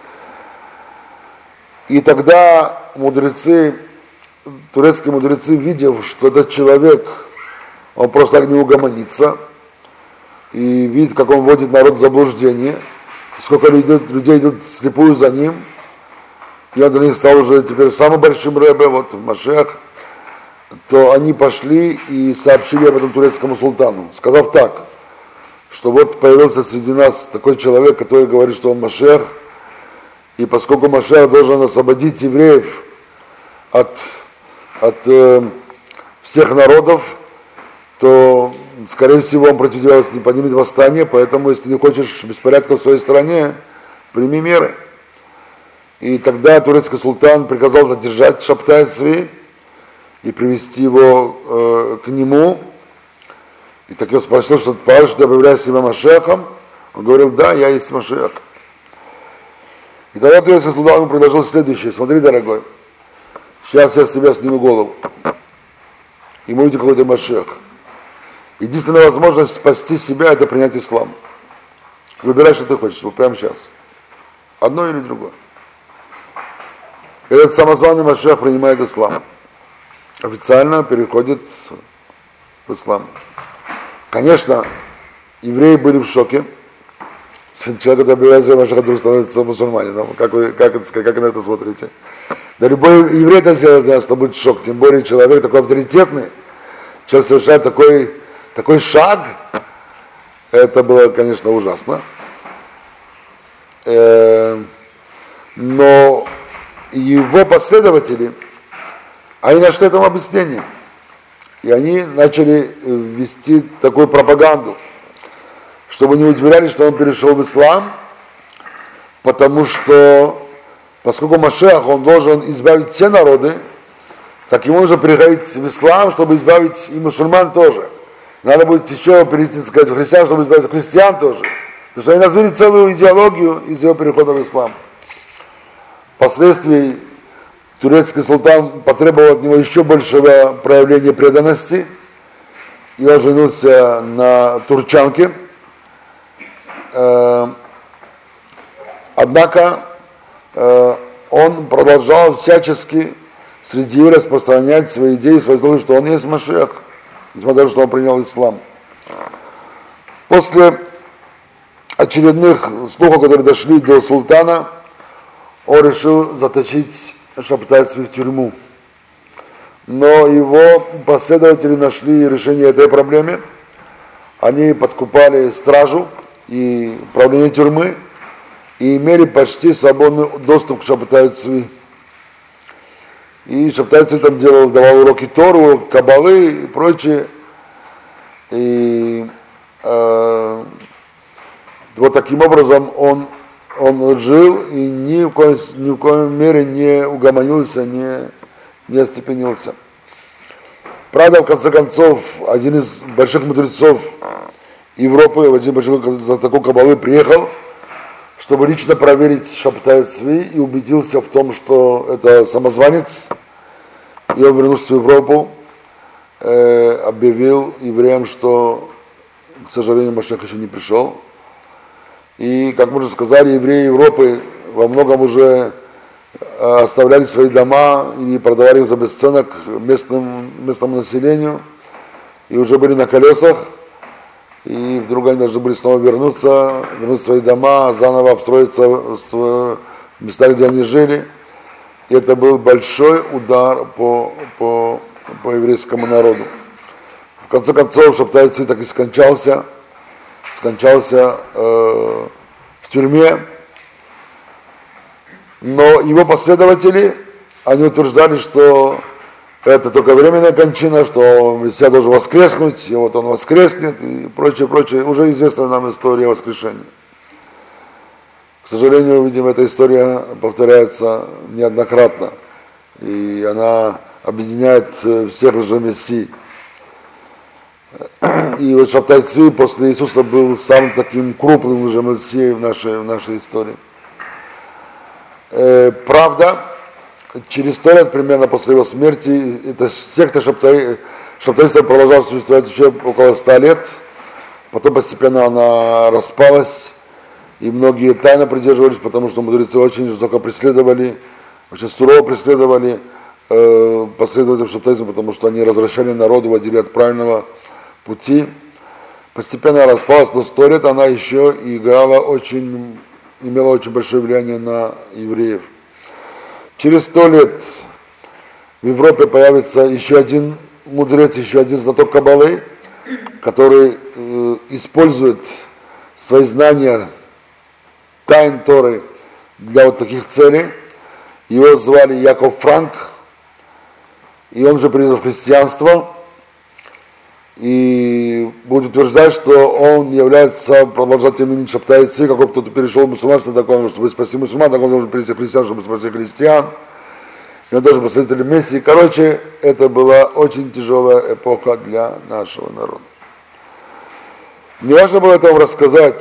И тогда мудрецы, турецкие мудрецы, видев, что этот человек, он просто так не угомонится, и видит, как он вводит народ в заблуждение, сколько людей, людей идут вслепую за ним, и он для них стал уже теперь самым большим рэбе, вот Машех, то они пошли и сообщили об этом турецкому султану, сказав так, что вот появился среди нас такой человек, который говорит, что он Машех, и поскольку Машех должен освободить евреев от, от э, всех народов, то, скорее всего, он против тебя не поднимет восстание, поэтому, если не хочешь беспорядка в своей стране, прими меры. И тогда турецкий султан приказал задержать Шабтай Цви и привести его э, к нему. И так я спросил, что ты что объявляешь себя Машехом? Он говорил, да, я есть Машех. И тогда турецкий султан ему предложил следующее: смотри, дорогой, сейчас я с тебя сниму голову. И мы увидим, какой ты Машех. Единственная возможность спасти себя — это принять ислам. Выбирай, что ты хочешь, вот прямо сейчас. Одно или другое. Этот самозваный Машех принимает ислам. Официально переходит в ислам. Конечно, евреи были в шоке. Человек, который объявляет себя Машеха, вдруг становится мусульманином. Как вы, как, это, как вы на это смотрите? Да любой еврей это сделает для нас, это будет шок. Тем более человек такой авторитетный, человек совершает такой, такой шаг. Это было, конечно, ужасно. Э, но его последователи, они нашли этому объяснение. И они начали вести такую пропаганду, чтобы не удивлялись, что он перешел в ислам, потому что, поскольку Машех, он должен избавить все народы, так ему нужно переходить в ислам, чтобы избавить и мусульман тоже. Надо будет еще перейти, так сказать, в христиан, чтобы избавить христиан тоже. Потому что они развили целую идеологию из его перехода в ислам. Впоследствии турецкий султан потребовал от него еще большего проявления преданности, и он женился на турчанке. Однако он продолжал всячески среди евреев распространять свои идеи, свои слова, что он есть Машех, несмотря на то, что он принял ислам. После очередных слухов, которые дошли до султана, он решил заточить Шабтай Цви в тюрьму. Но его последователи нашли решение этой проблемы. Они подкупали стражу и управление тюрьмы и имели почти свободный доступ к Шабтай Цви. И Шабтай Цви там делал, давал уроки Тору, Кабалы и прочее. И э, вот таким образом он, он жил и ни в, коем, ни в коем мере не угомонился, не, не остепенился. Правда, в конце концов, один из больших мудрецов Европы, один большой знаток Кабалы, приехал, чтобы лично проверить Шабтай Цви, и убедился в том, что это самозванец. И он вернулся в Европу, э, объявил евреям, что, к сожалению, Машех еще не пришел. И, как мы уже сказали, евреи Европы во многом уже оставляли свои дома и продавали их за бесценок местным, местному населению, и уже были на колесах, и вдруг они должны были снова вернуться, вернуть свои дома, заново обстроиться в местах, где они жили. И это был большой удар по, по, по еврейскому народу. В конце концов, Шабтай Цви так и скончался, скончался э, в тюрьме. Но его последователи, они утверждали, что это только временная кончина, что Мессия должен воскреснуть, и вот он воскреснет, и прочее, прочее. Уже известная нам история воскрешения. К сожалению, видим, эта история повторяется неоднократно, и она объединяет всех лжемессий. И вот Шабтай Цви после Иисуса был самым таким крупным лжемессией в нашей, в нашей истории. Э, правда, через сто лет примерно после его смерти эта секта Шабтай, Шаббатайство продолжало существовать еще около ста лет, потом постепенно она распалась, и многие тайно придерживались, потому что мудрецы очень жестоко преследовали, очень сурово преследовали э, последователей шаббатайства, потому что они развращали народ, уводили от правильного пути. Постепенно распалась, но сто лет она еще играла очень, имела очень большое влияние на евреев. Через сто лет в Европе появится еще один мудрец, еще один знаток Каббалы, который э, использует свои знания тайн Торы для вот таких целей. Его звали Яков Франк, и он же принял христианство, и будет утверждать, что он является продолжателем имени Шабтай Цви, какой кто-то перешел в мусульманство, так он, чтобы спасти мусульман, так он должен перейти в христиан, чтобы спасти христиан. И он тоже последователь Мессии. Короче, это была очень тяжелая эпоха для нашего народа. Мне важно было это вам рассказать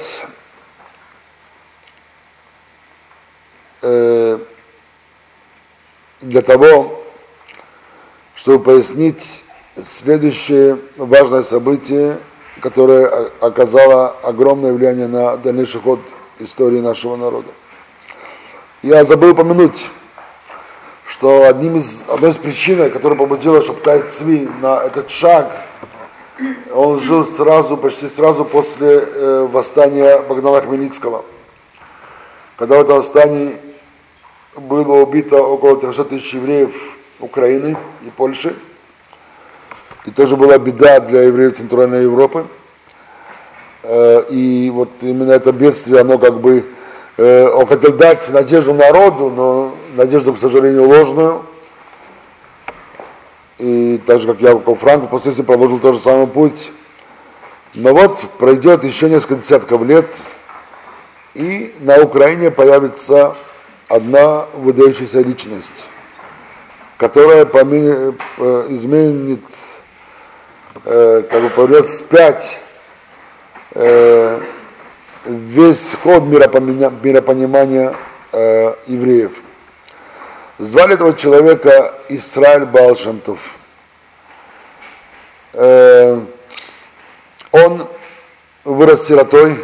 э, для того, чтобы пояснить следующее важное событие, которое оказало огромное влияние на дальнейший ход истории нашего народа. Я забыл упомянуть, что одним из, одной из причин, которая побудила Шабтай Цви на этот шаг, он жил сразу, почти сразу после э, восстания Богдана Хмельницкого. Когда в этом восстании было убито около трехсот тысяч евреев Украины и Польши, и тоже была беда для евреев Центральной Европы. Э, и вот именно это бедствие, оно как бы, э, он хотел дать надежду народу, но надежду, к сожалению, ложную. И так же, как Яков Франк, после этого продолжил тот же самый путь. Но вот пройдет еще несколько десятков лет, и на Украине появится одна выдающаяся личность, которая поме- изменит, э, как бы повернет вспять э, весь ход миропонимания, миропонимания э, евреев. Звали этого человека Исраэль Баал Шем Тов. Э, он вырос сиротой,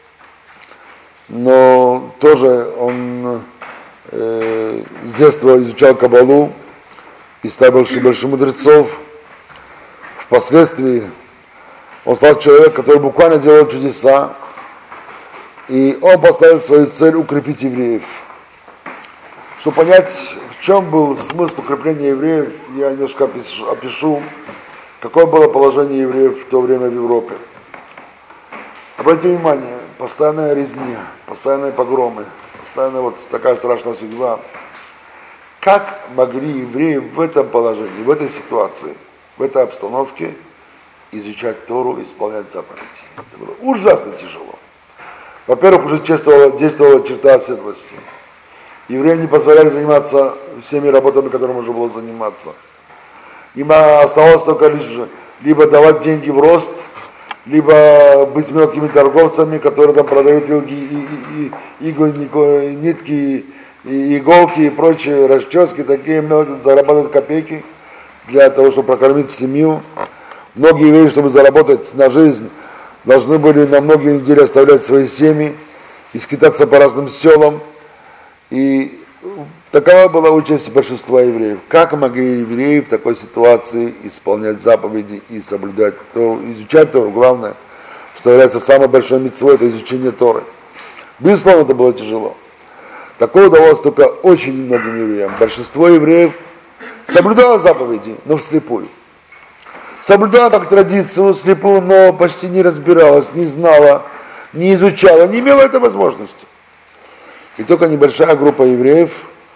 но тоже он э, с детства изучал Каббалу и стал большим, большим мудрецов. Впоследствии он стал человеком, который буквально делал чудеса, и он поставил свою цель укрепить евреев. Чтобы понять, в чем был смысл укрепления евреев, я немножко опишу, опишу, какое было положение евреев в то время в Европе. Обратите внимание, постоянная резня, постоянные погромы, постоянная вот такая страшная судьба. Как могли евреи в этом положении, в этой ситуации, в этой обстановке изучать Тору, исполнять заповеди? Это было ужасно тяжело. Во-первых, уже действовала, действовала черта оседлости. Евреям не позволяли заниматься всеми работами, которыми можно было заниматься. Им оставалось только лишь либо давать деньги в рост, либо быть мелкими торговцами, которые там продают иглы, и, и, иглы, нитки, и иголки и прочие расчески, такие мелкие, зарабатывают копейки для того, чтобы прокормить семью. Многие евреи, чтобы заработать на жизнь, должны были на многие недели оставлять свои семьи и скитаться по разным селам. И такова была участь большинства евреев. Как могли евреи в такой ситуации исполнять заповеди и соблюдать Тору, изучать Тору? Главное, что является самой большой мицвой, это изучение Торы. Безусловно, это было тяжело. Такое удавалось только очень многим евреям. Большинство евреев соблюдало заповеди, но вслепую. Соблюдала как традицию слепую, но почти не разбиралась, не знала, не изучала, не имела этой возможности. И только небольшая группа евреев,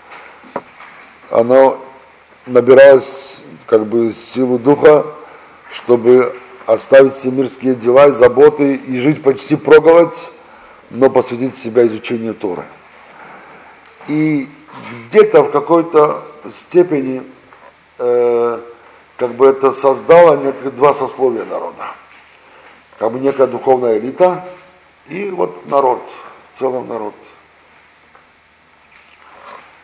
она набиралась как бы силу духа, чтобы оставить все мирские дела и заботы и жить почти проголодь, но посвятить себя изучению Торы. И где-то в какой-то степени э, как бы это создало некие два сословия народа. Как бы некая духовная элита и вот народ, в целом народ.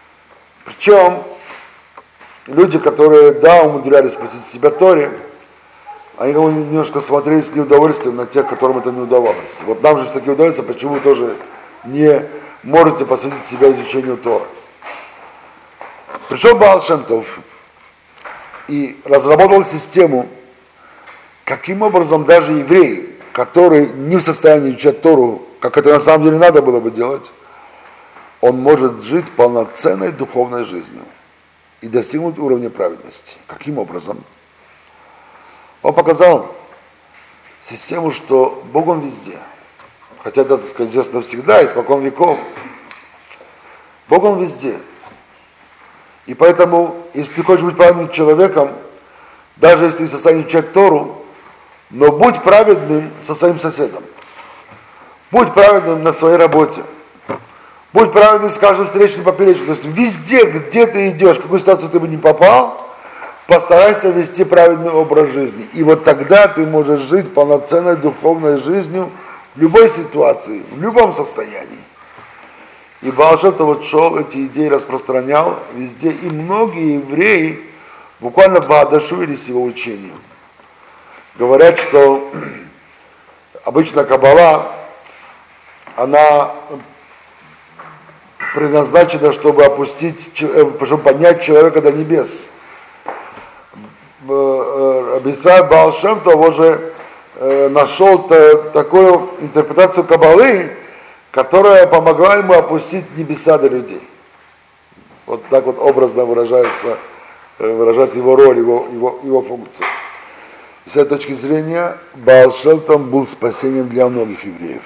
Причем люди, которые, да, умудрялись посвятить себя Торе, они как бы немножко смотрели с неудовольствием на тех, которым это не удавалось. Вот нам же все-таки удается, почему вы тоже не можете посвятить себя изучению Торы. Пришел Баал Шем Тов и разработал систему, каким образом даже еврей, который не в состоянии изучать Тору, как это на самом деле надо было бы делать, он может жить полноценной духовной жизнью и достигнуть уровня праведности. Каким образом? Он показал систему, что Бог Он везде. Хотя это, так сказать, известно всегда, испокон веков. Бог Он везде. И поэтому, если ты хочешь быть праведным человеком, даже если ты в состоянии изучать Тору, но будь праведным со своим соседом. Будь праведным на своей работе. Будь праведным с каждым встречным поперечным. То есть везде, где ты идешь, в какую ситуацию ты бы не попал, постарайся вести праведный образ жизни. И вот тогда ты можешь жить полноценной духовной жизнью в любой ситуации, в любом состоянии. И Баал Шем Тов вот шел, эти идеи распространял везде. И многие евреи буквально воодушевились его учением. Говорят, что обычно Каббала, она предназначена, чтобы опустить, чтобы поднять человека до небес. Объясняет Баал Шем Тов, он же нашел такую интерпретацию Каббалы, которая помогла ему опустить небеса до людей. Вот так вот образно выражается, выражает его роль, его, его, его функцию. С этой точки зрения Баал Шем Тов был спасением для многих евреев.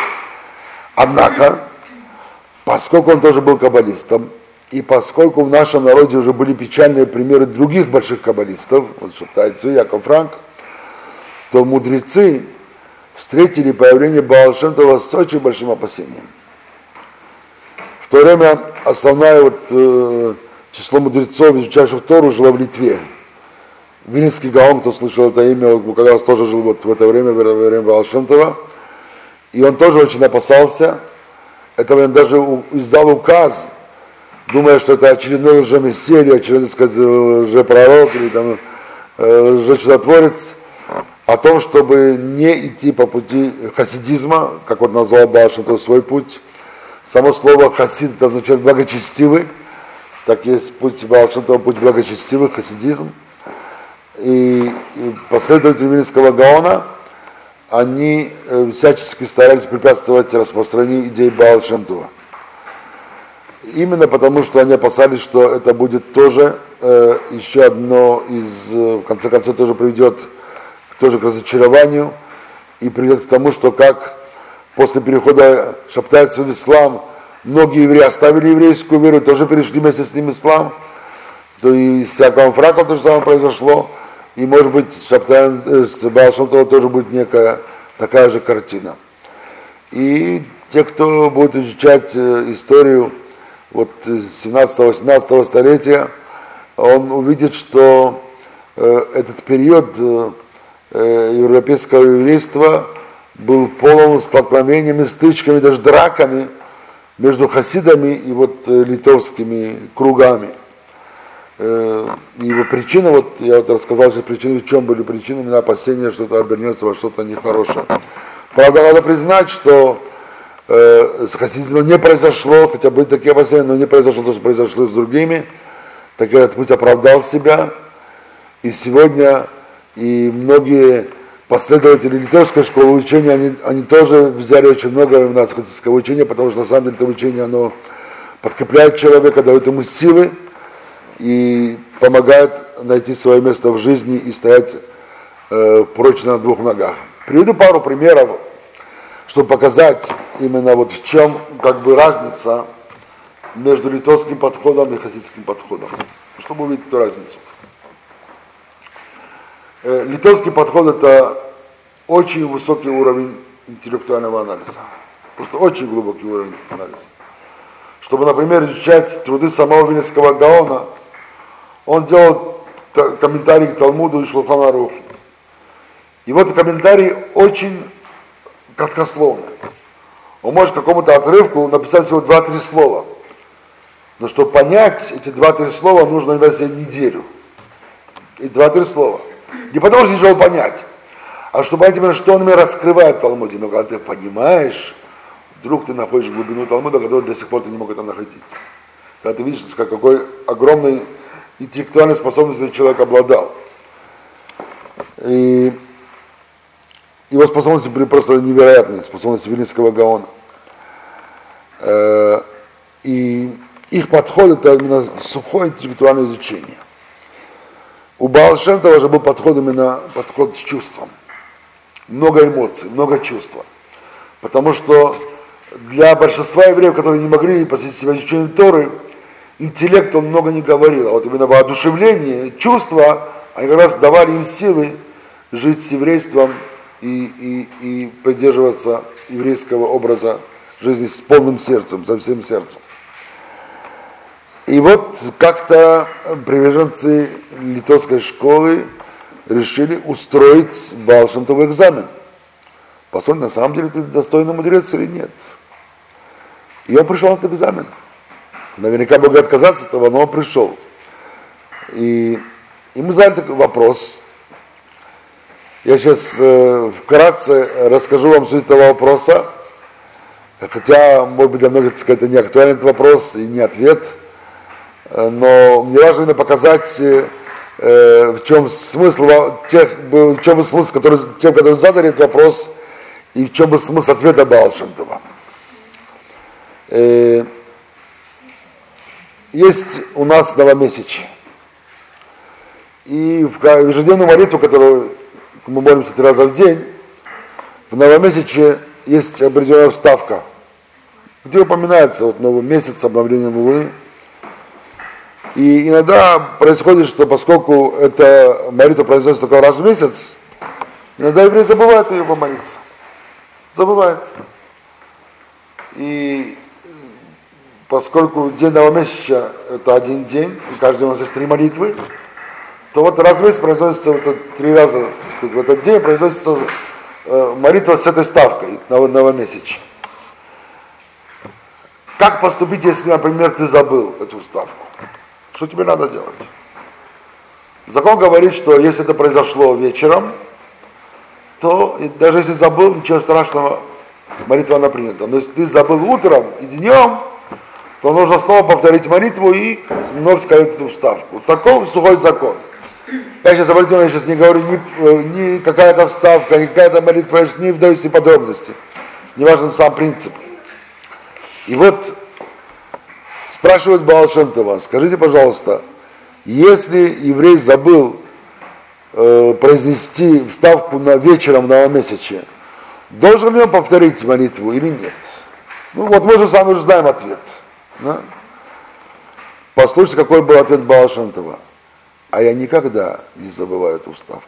Однако, поскольку он тоже был каббалистом, и поскольку в нашем народе уже были печальные примеры других больших каббалистов, вот Шабтай Цви, Яков Франк, то мудрецы встретили появление Баал Шем Това с очень большим опасением. В то время основное вот, э, число мудрецов, изучавших Тору, жило в Литве. Вильнинский Гаон, кто слышал это имя, вот, когда раз тоже жил вот в это время, во время Баал Шем Това, и он тоже очень опасался. Это он даже издал указ, думая, что это очередной лжемессия, или очередной, так сказать, лжепророк, или там лжечудотворец, о том, чтобы не идти по пути хасидизма, как вот назвал Баал Шем Тов свой путь. Само слово хасид это означает благочестивый, так есть путь Баал Шем Това, путь благочестивый, хасидизм. И, и последователи Вильнинского Гаона, они э, всячески старались препятствовать распространению идей Баал Шем Това. Именно потому, что они опасались, что это будет тоже э, еще одно из, э, в конце концов, тоже приведет тоже к разочарованию и приведет к тому, что как после перехода шабтайцев в ислам многие евреи оставили еврейскую веру, тоже перешли вместе с ним в ислам, то и с Яковом Франком то же самое произошло, и может быть с, Шабтай, с Баал Шем Това тоже будет некая такая же картина. И те, кто будет изучать историю вот семнадцатого-восемнадцатого столетия, он увидит, что э, этот период э, европейского еврейства был полон столкновениями, стычками, даже драками между хасидами и вот э, литовскими кругами. Э, его причина, вот я вот рассказал, что причины, в чем были причины, у меня опасения, что это обернется во что-то нехорошее. Правда, надо признать, что э, с хасидизмом не произошло, хотя были такие опасения, но не произошло то, что произошло с другими. Так этот путь оправдал себя. И сегодня и многие последователи литовской школы учения, они, они тоже взяли очень много у нас хасидского учения, потому что на самом деле это учение, оно подкрепляет человека, дает ему силы и помогает найти свое место в жизни и стоять э, прочно на двух ногах. Приведу пару примеров, чтобы показать именно вот в чем как бы разница между литовским подходом и хасидским подходом, чтобы увидеть эту разницу. Э, литовский подход — это очень высокий уровень интеллектуального анализа, просто очень глубокий уровень анализа. Чтобы, например, изучать труды самого Вильнинского Гаона, он делал комментарий к Талмуду и Шулхан Аруху. И вот комментарий очень краткословный. Он может какому-то отрывку написать всего два-три слова. Но чтобы понять эти два-три слова, нужно иногда себе неделю. И два-три слова. Не потому что тяжело понять, а чтобы понять именно, что он мне раскрывает в Талмуде. Но когда ты понимаешь, вдруг ты находишь глубину Талмуда, которую до сих пор ты не мог это находить. Когда ты видишь, какой огромной интеллектуальной способностью человек обладал. И его способности были просто невероятные, способности Вилинского Гаона. И их подход — это именно сухое интеллектуальное изучение. У Баал Шем Това же был подход именно подход с чувством. Много эмоций, много чувства. Потому что для большинства евреев, которые не могли посвятить себя изучению Торы, интеллект он много не говорил. А вот именно воодушевление, чувства, они как раз давали им силы жить с еврейством и, и, и придерживаться еврейского образа жизни с полным сердцем, со всем сердцем. И вот как-то приверженцы литовской школы решили устроить Баал Шем Това экзамен. Посмотрим, на самом деле ты достойный мудрец или нет. И он пришел на этот экзамен. Наверняка мог отказаться от этого, но он пришел. И ему задали такой вопрос. Я сейчас э, вкратце расскажу вам суть этого вопроса. Хотя, может быть, для многих, так сказать, это не актуальный этот вопрос и не ответ. Но мне важно именно показать, э, в чем смысл тех, в чем смысл, который, тем, которые задали этот вопрос, и в чем был смысл ответа Баал Шем Това. Э, есть у нас новомесячие. И в ежедневную молитву, которую мы молимся три раза в день, в новомесячие есть определенная вставка, где упоминается вот новый месяц, обновление Луны. И иногда происходит, что поскольку эта молитва произносится только раз в месяц, иногда евреи забывают ее помолиться. Забывают. И поскольку день новомесяча это один день, и каждый день у нас есть три молитвы, то вот раз в месяц произносится вот это, три раза в этот день произносится э, молитва с этой ставкой новомесяча. Как поступить, если, например, ты забыл эту ставку? Что тебе надо делать? Закон говорит, что если это произошло вечером, то даже если забыл, ничего страшного, молитва она принята. Но если ты забыл утром и днем, то нужно снова повторить молитву и вновь сказать эту вставку. Вот такой сухой закон. Я сейчас обратите внимание, я сейчас не говорю ни, ни какая-то вставка, ни какая-то молитва, я сейчас не вдаюсь в подробности. Не важен сам принцип. И вот спрашивает Баал Шем Това, скажите, пожалуйста, если еврей забыл э, произнести вставку на вечером новомесячия, должен ли он повторить молитву или нет? Ну вот мы же с вами уже знаем ответ. Да? Послушайте, какой был ответ Баал Шем Това. А я никогда не забываю эту вставку.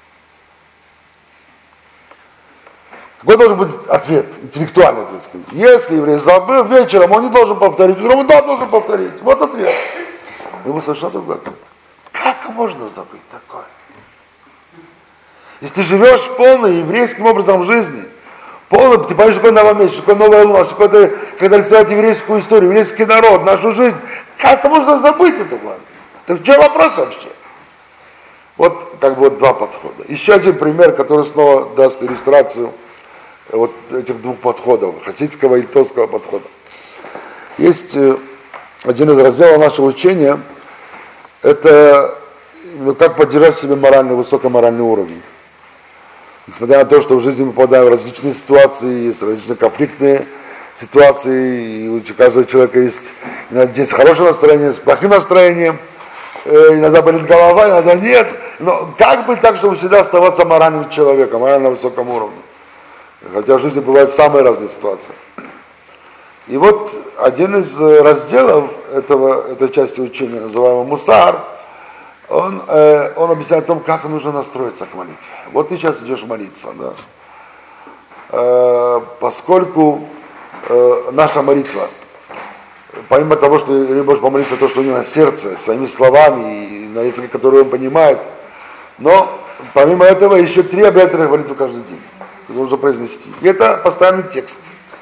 Какой должен быть ответ, интеллектуальный ответ? Если еврей забыл вечером, он не должен повторить, утром он да, должен повторить. Вот ответ. И мы совершенно другой ответ. Как можно забыть такое? Если ты живешь полным еврейским образом жизни, полным, ты понимаешь, что такое новомесячие, что такое новая луна, что такое, когда рисовать еврейскую историю, еврейский народ, нашу жизнь, как можно забыть это? Так в чем вопрос вообще? Вот как бы вот два подхода. Еще один пример, который снова даст иллюстрацию вот этих двух подходов, хасидского и литовского подхода. Есть один из разделов нашего учения, это ну, как поддержать себе моральный, высокоморальный уровень. Несмотря на то, что в жизни мы попадаем в различные ситуации, есть различные конфликтные ситуации, и у каждого человека есть иногда здесь хорошее настроение, с плохим настроением, иногда болит голова, иногда нет. Но как быть так, чтобы всегда оставаться моральным человеком, морально на высоком уровне? Хотя в жизни бывают самые разные ситуации. И вот один из разделов этого, этой части учения, называемый Мусар, он, э, он объясняет о том, как нужно настроиться к молитве. Вот ты сейчас идешь молиться, да? Э, поскольку э, наша молитва, помимо того, что ты можешь помолиться то, что у него на сердце, своими словами и на языке, который он понимает, но помимо этого еще три обязательных молитвы каждый день, которые нужно произнести. И это постоянный текст.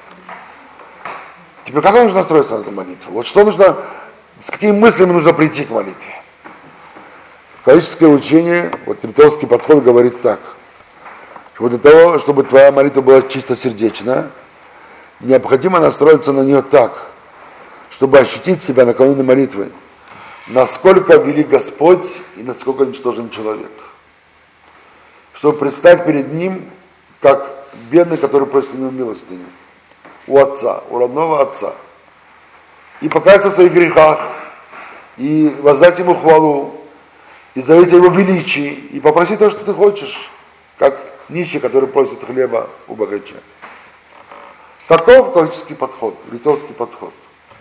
Теперь как нужно настроиться на эту молитву? Вот что нужно, с какими мыслями нужно прийти к молитве? Католическое учение, вот литовский подход говорит так, что для того, чтобы твоя молитва была чистосердечная, необходимо настроиться на нее так, чтобы ощутить себя накануне молитвы, насколько велик Господь и насколько ничтожен человек. Чтобы предстать перед Ним, как бедный, который просит у него милостыню, у отца, у родного отца. И покаяться в своих грехах, и воздать Ему хвалу, и заявить о Его величии, и попросить то, что ты хочешь, как нищий, который просит хлеба у богача. Таков католический подход, литовский подход.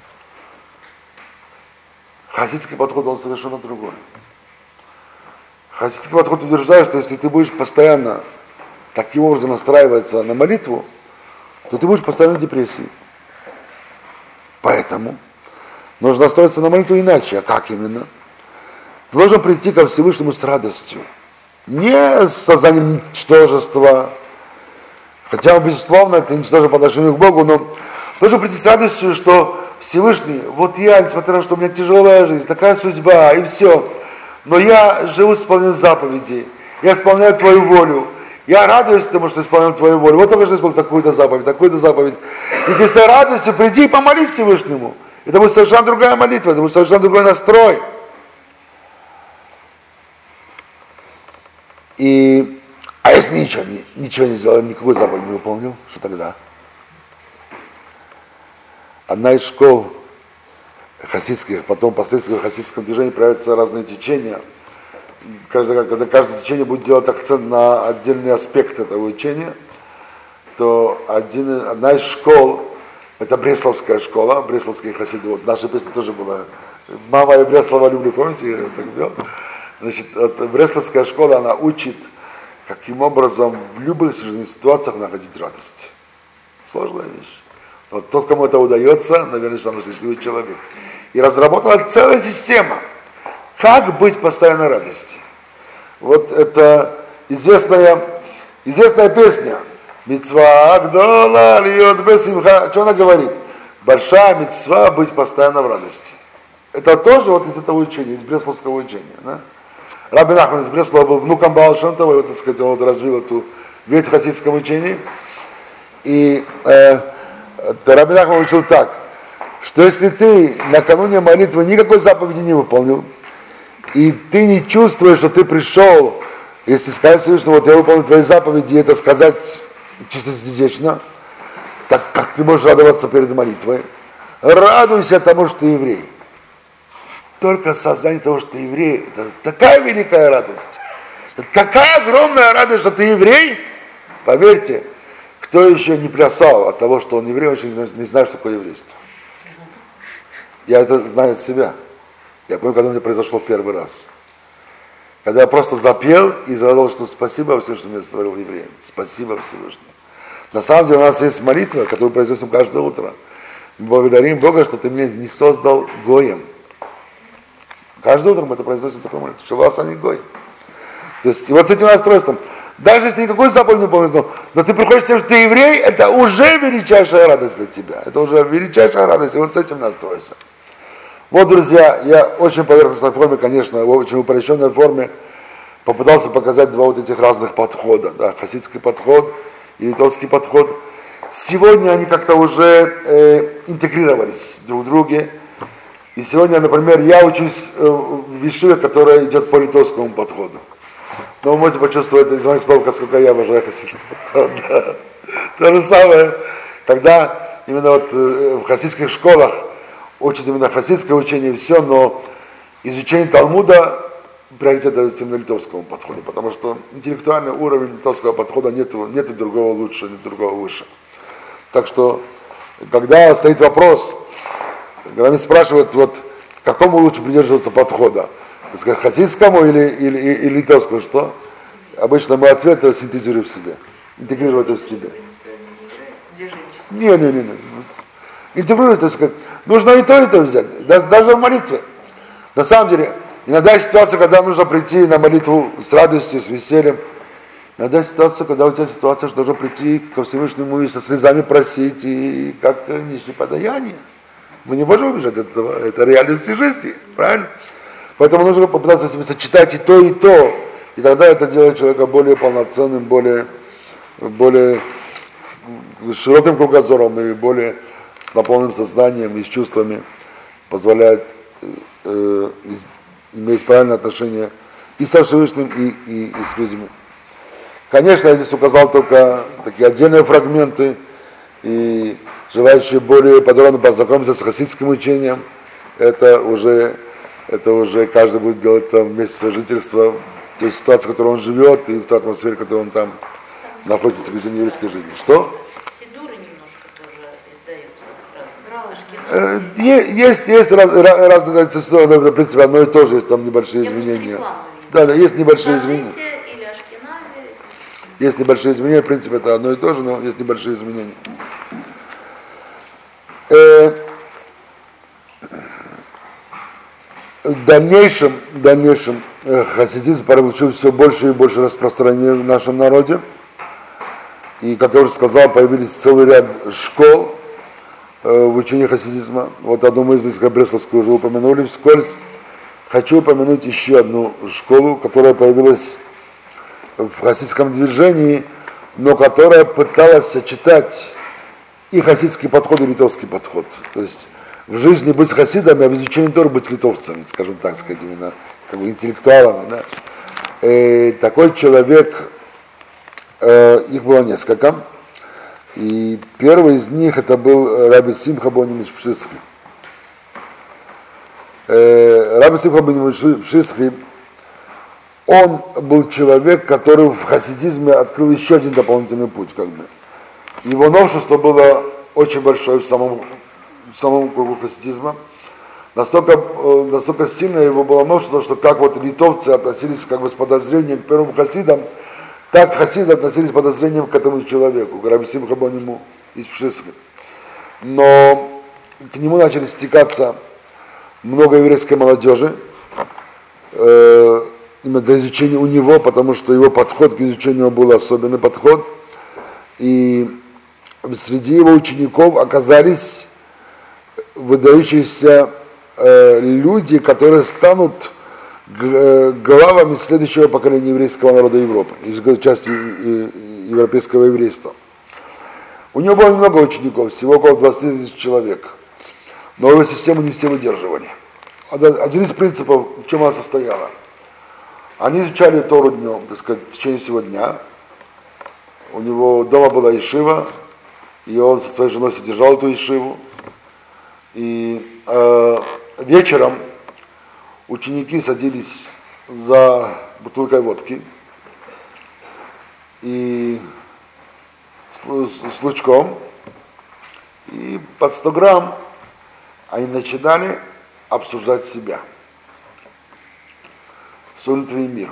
Хасидский подход, он совершенно другой. Хасидский подход утверждает, что если ты будешь постоянно таким образом настраиваться на молитву, то ты будешь постоянно в депрессии. Поэтому нужно настроиться на молитву иначе. А как именно? Ты должен прийти ко Всевышнему с радостью. Не с сознанием ничтожества, хотя, безусловно, это ничтожество по отношению к Богу, но должен прийти с радостью, что Всевышний, вот я, несмотря на то, что у меня тяжелая жизнь, такая судьба, и все, но я живу с исполнением заповедей, я исполняю Твою волю, я радуюсь тому, что исполняю Твою волю. Вот только что исполнил такую-то заповедь, такую-то заповедь. И ты с этой радостью приди и помолись Всевышнему. Это будет совершенно другая молитва, это будет совершенно другой настрой. И, а если ничего, ничего не сделал, никакой заповедь не выполнил, что тогда? Одна из школ хасидских, потом впоследствии в хасидском движении проявятся разные течения. Каждое, когда каждое течение будет делать акцент на отдельный аспект этого учения, то один, одна из школ, это Бресловская школа, Бресловские хасиды. Вот наша песня тоже была «Мама, я Бреслова люблю», помните, я так делал? Значит, вот, Бресловская школа, она учит, каким образом в любых жизненных ситуациях находить радость. Сложная вещь. Вот тот, кому это удается, наверное, самый счастливый человек. И разработана целая система, как быть в постоянной радости. Вот это известная, известная песня. Мицва Агдола льет бесимха. Что она говорит? Большая мицва быть постоянно в радости. Это тоже вот из этого учения, из Бресловского учения. Да? Раби Нахман из Бреслова был внуком Баала Шем Това, и вот, так сказать, он вот развил эту ветвь в хасидском учении. И э, Раби Нахман учил так, что если ты накануне молитвы никакой заповеди не выполнил, и ты не чувствуешь, что ты пришел, если сказать Всевышнему, вот я выполнил твои заповеди, и это сказать чистосердечно, так как ты можешь радоваться перед молитвой? Радуйся тому, что ты еврей. Только сознание того, что ты еврей, это такая великая радость. Это такая огромная радость, что ты еврей. Поверьте, кто еще не плясал от того, что он еврей, он еще не знает, что такое еврейство. Я это знаю от себя. Я помню, когда у меня произошло первый раз. Когда я просто запел и сказал, что спасибо Всевышнему, что меня створил евреем. Спасибо Всевышнему. На самом деле у нас есть молитва, которую произносим каждое утро. Мы благодарим Бога, что ты меня не создал гоем. Каждое утро мы это произносим такой молитву. Что вас, а не гой. То есть, и вот с этим расстройством, даже если никакой заповедь не помнит, но, но ты приходишь к тем, что ты еврей, это уже величайшая радость для тебя. Это уже величайшая радость, и вот с этим настройся. Вот, друзья, я очень поверхностной форме, конечно, в очень упрощенной форме попытался показать два вот этих разных подхода. Да, хасидский подход и литовский подход. Сегодня они как-то уже э, интегрировались друг в друге. И сегодня, например, я учусь э, в Ешиве, которая идет по литовскому подходу. Но вы можете почувствовать из моих слов, насколько я уважаю хасидский подход. Да. То же самое, когда именно вот э, в хасидских школах учат именно хасидское учение и все, но изучение Талмуда приоритет дается именно литовскому подходу, потому что интеллектуальный уровень литовского подхода нету, нету другого лучше, нет другого выше. Так что, когда стоит вопрос, когда меня спрашивают, вот, к какому лучше придерживаться подхода, так сказать, хасидскому или, или, или, или литовскому, что? Обычно мой ответ это синтезирую в себе, интегрирую это в себе. Не, не, не, не. Интегрировать, так сказать, нужно и то, и то взять, даже в молитве. На самом деле, иногда есть ситуация, когда нужно прийти на молитву с радостью, с весельем. Иногда есть ситуация, когда у тебя ситуация, что нужно прийти ко Всевышнему и со слезами просить, и как-то нести подаяние. Мы не можем убежать от этого, это реальность жизни, правильно? Поэтому нужно попытаться сочетать и то, и то. И тогда это делает человека более полноценным, более, более широким кругозором и более с наполненным сознанием и с чувствами, позволяет э, иметь правильное отношение и со Всевышним, и, и, и с людьми. Конечно, я здесь указал только такие отдельные фрагменты, и желающие более подробно познакомиться с хасидским учением, это уже, это уже каждый будет делать там вместе своего жительства, в той ситуации, в которой он живет, и в той атмосфере, в которой он там находится в жизни еврейской жизни. Что? Сидуры немножко тоже издаются. Э, Есть, есть раз, раз, разные традиции, в принципе, одно и то же, есть там небольшие Я изменения. просто Да, да, есть небольшие Скажите, изменения. или Ашкенази. Есть небольшие изменения, в принципе, это одно и то же, но есть небольшие изменения. Э, в дальнейшем, в дальнейшем э, хасидизм получил все больше и больше распространения в нашем народе. И, как я уже сказал, появились целый ряд школ э, в учении хасидизма. Вот одну мы из них, Бресловскую, уже упомянули вскользь. Хочу упомянуть еще одну школу, которая появилась в хасидском движении, но которая пыталась сочетать и хасидский подход, и литовский подход. То есть в жизни быть хасидами, а в изучении Торы быть литовцами, скажем так, сказать, именно как бы интеллектуалами. Да? И такой человек, э, их было несколько, и первый из них это был Раби Симха Боним Пшисхи. Э, Раби Симха Боним Пшисхи, он был человек, который в хасидизме открыл еще один дополнительный путь, как бы. Его новшество было очень большое в самом, в самом кругу хасидизма. Настолько, настолько сильно его было новшество, что как вот литовцы относились как бы с подозрением к первым хасидам, так хасиды относились с подозрением к этому человеку, к Раби Симха Бониму из Пшисхи. Но к нему начали стекаться много еврейской молодежи, э, именно для изучения у него, потому что его подход к изучению был особенный подход. И среди его учеников оказались выдающиеся э, люди, которые станут г- главами следующего поколения еврейского народа Европы, части европейского еврейства. У него было много учеников, всего около двадцать тысяч человек, но его систему не все выдерживали. Один из принципов, в чем она состояла. Они изучали Тору днем, так сказать, в течение всего дня. У него дома была ешива, и он со своей женой содержал эту ешиву. И э, вечером ученики садились за бутылкой водки и с, с лучком, и под сто грамм они начинали обсуждать себя, свой внутренний мир,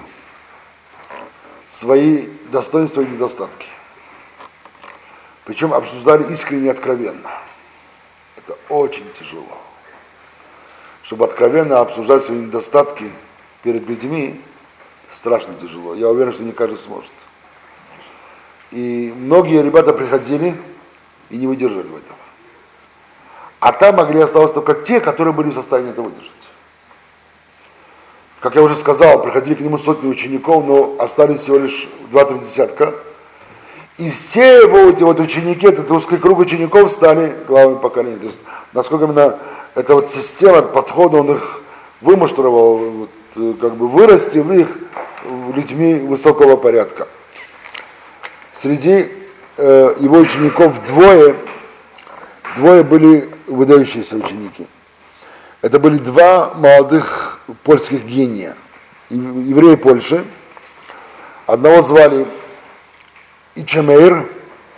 свои достоинства и недостатки. Причем обсуждали искренне и откровенно. Это очень тяжело. Чтобы откровенно обсуждать свои недостатки перед людьми, страшно тяжело. Я уверен, что не каждый сможет. И многие ребята приходили и не выдерживали этого. А там могли оставаться только те, которые были в состоянии это выдержать. Как я уже сказал, приходили к нему сотни учеников, но остались всего лишь два-три десятка. И все его эти вот ученики, этот узкий круг учеников стали главами поколения. То есть, насколько именно эта вот система, подход, он их вымуштровал, вот, как бы вырастил их людьми высокого порядка. Среди э, его учеников двое, двое были выдающиеся ученики. Это были два молодых польских гения, евреи Польши. Одного звали Ичемейр,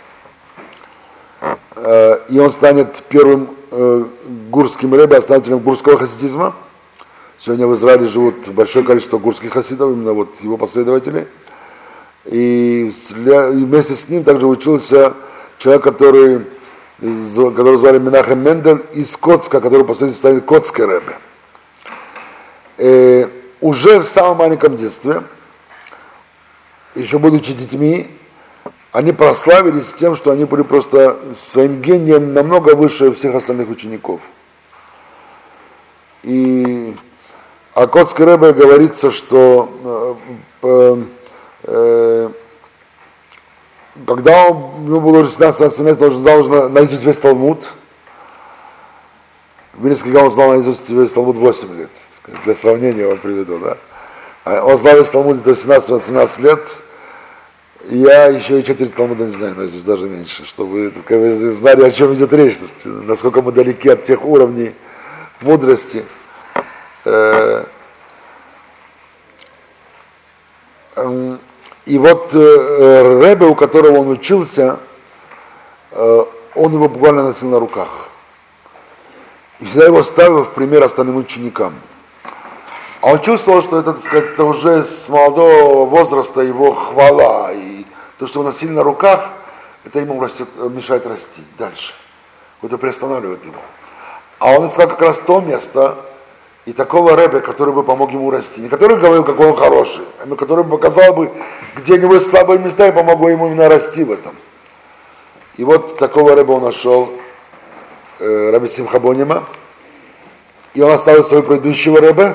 э, и он станет первым э, гурским ребе, основателем гурского хасидизма. Сегодня в Израиле живут большое количество гурских хасидов, именно вот его последователи. И вместе с ним также учился человек, который, которого звали Менахем Мендель из Коцка, который впоследствии станет Коцкий ребе. И уже в самом маленьком детстве, еще будучи детьми, они прославились тем, что они были просто своим гением намного выше всех остальных учеников. И О Котской Ребе говорится, что э, э, когда он, ему было уже семнадцать-восемнадцать лет, он знал уже наизусть весь Талмуд. Вильнюсский Гаон знал наизусть весь Талмуд восемь лет. Для сравнения я вам приведу, да. Он знал весь Талмуд до семнадцать-восемнадцать лет. Я еще и четверть Талмуда не знаю, наизусть даже меньше, чтобы вы знали, о чем идет речь, насколько мы далеки от тех уровней мудрости. И вот Ребе, у которого он учился, он его буквально носил на руках. И всегда его ставил в пример остальным ученикам. А он чувствовал, что это, так сказать, это уже с молодого возраста его хвала. И то, что его носили на руках, это ему растет, мешает расти дальше. Это приостанавливает его. А он искал как раз то место и такого Ребе, который бы помог ему расти. Не который говорил, какой он хороший, а который бы показал бы, где у него есть слабые места, и помог ему именно расти в этом. И вот такого Ребе он нашел, э, Раби Симха Бонима. И он оставил своего предыдущего Ребе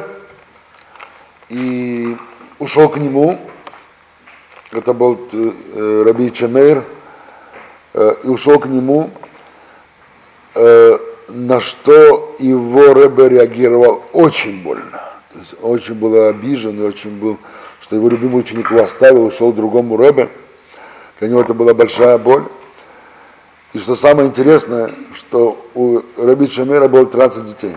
и ушел к нему. Это был э, Раби Чемейр. Э, и ушел к нему, э, на что его Ребе реагировал очень больно. То есть очень был обижен и очень был, что его любимый ученик его оставил, ушел к другому Ребе. Для него это была большая боль. И что самое интересное, что у Раби Чемейра было тринадцать детей.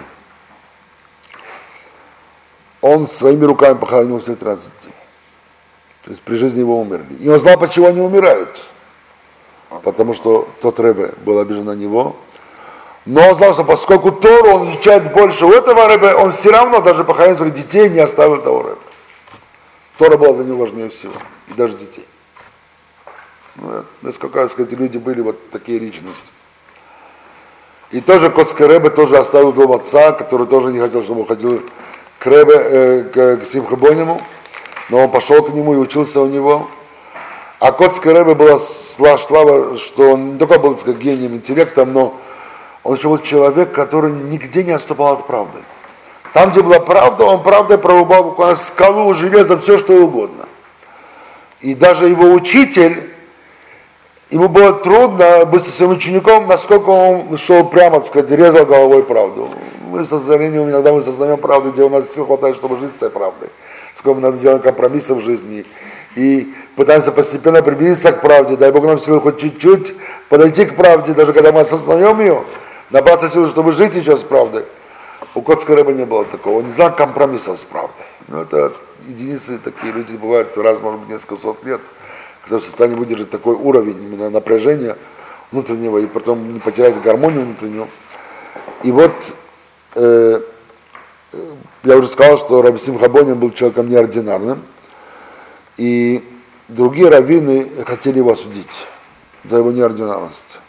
Он своими руками похоронил все тринадцать детей. То есть при жизни его умерли. И он знал, почему они умирают. Потому что тот Ребе был обижен на него. Но он знал, что поскольку Тору он изучает больше у этого Ребе, он все равно даже похоронил своих детей, не оставил того Ребе. Тора была для него важнее всего. И даже детей. Ну, насколько, так сказать, люди были вот такие личности. И тоже Котский Ребе тоже оставил дом отца, который тоже не хотел, чтобы он ходил к Ребе, э, к, к Симха Бониму, но он пошел к нему и учился у него. А Котский Ребе была слава, что он не только был, так сказать, гением, интеллектом, но он еще был человек, который нигде не отступал от правды. Там, где была правда, он правдой прорубал буквально скалу, железо, все что угодно. И даже его учитель, ему было трудно быть со своим учеником, насколько он шел прямо, так сказать, резал головой правду. Мы, к сожалению, иногда мы сознаем правду, где у нас сил хватает, чтобы жить с этой правдой. Сколько мы надо делать компромиссы в жизни. И пытаемся постепенно приблизиться к правде. Дай Бог нам силы хоть чуть-чуть подойти к правде, даже когда мы осознаем ее, набраться силы, чтобы жить еще с правдой. У Котского Ребе не было такого. Он не знал компромиссов с правдой. Но это единицы, такие люди бывают раз, может быть, несколько сот лет, которые в состоянии выдержать такой уровень именно напряжения внутреннего и потом не потерять гармонию внутреннюю. И вот э, я уже сказал, что Раби Симха Боним был человеком неординарным, и другие раввины хотели его осудить за его неординарность.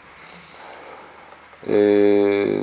И,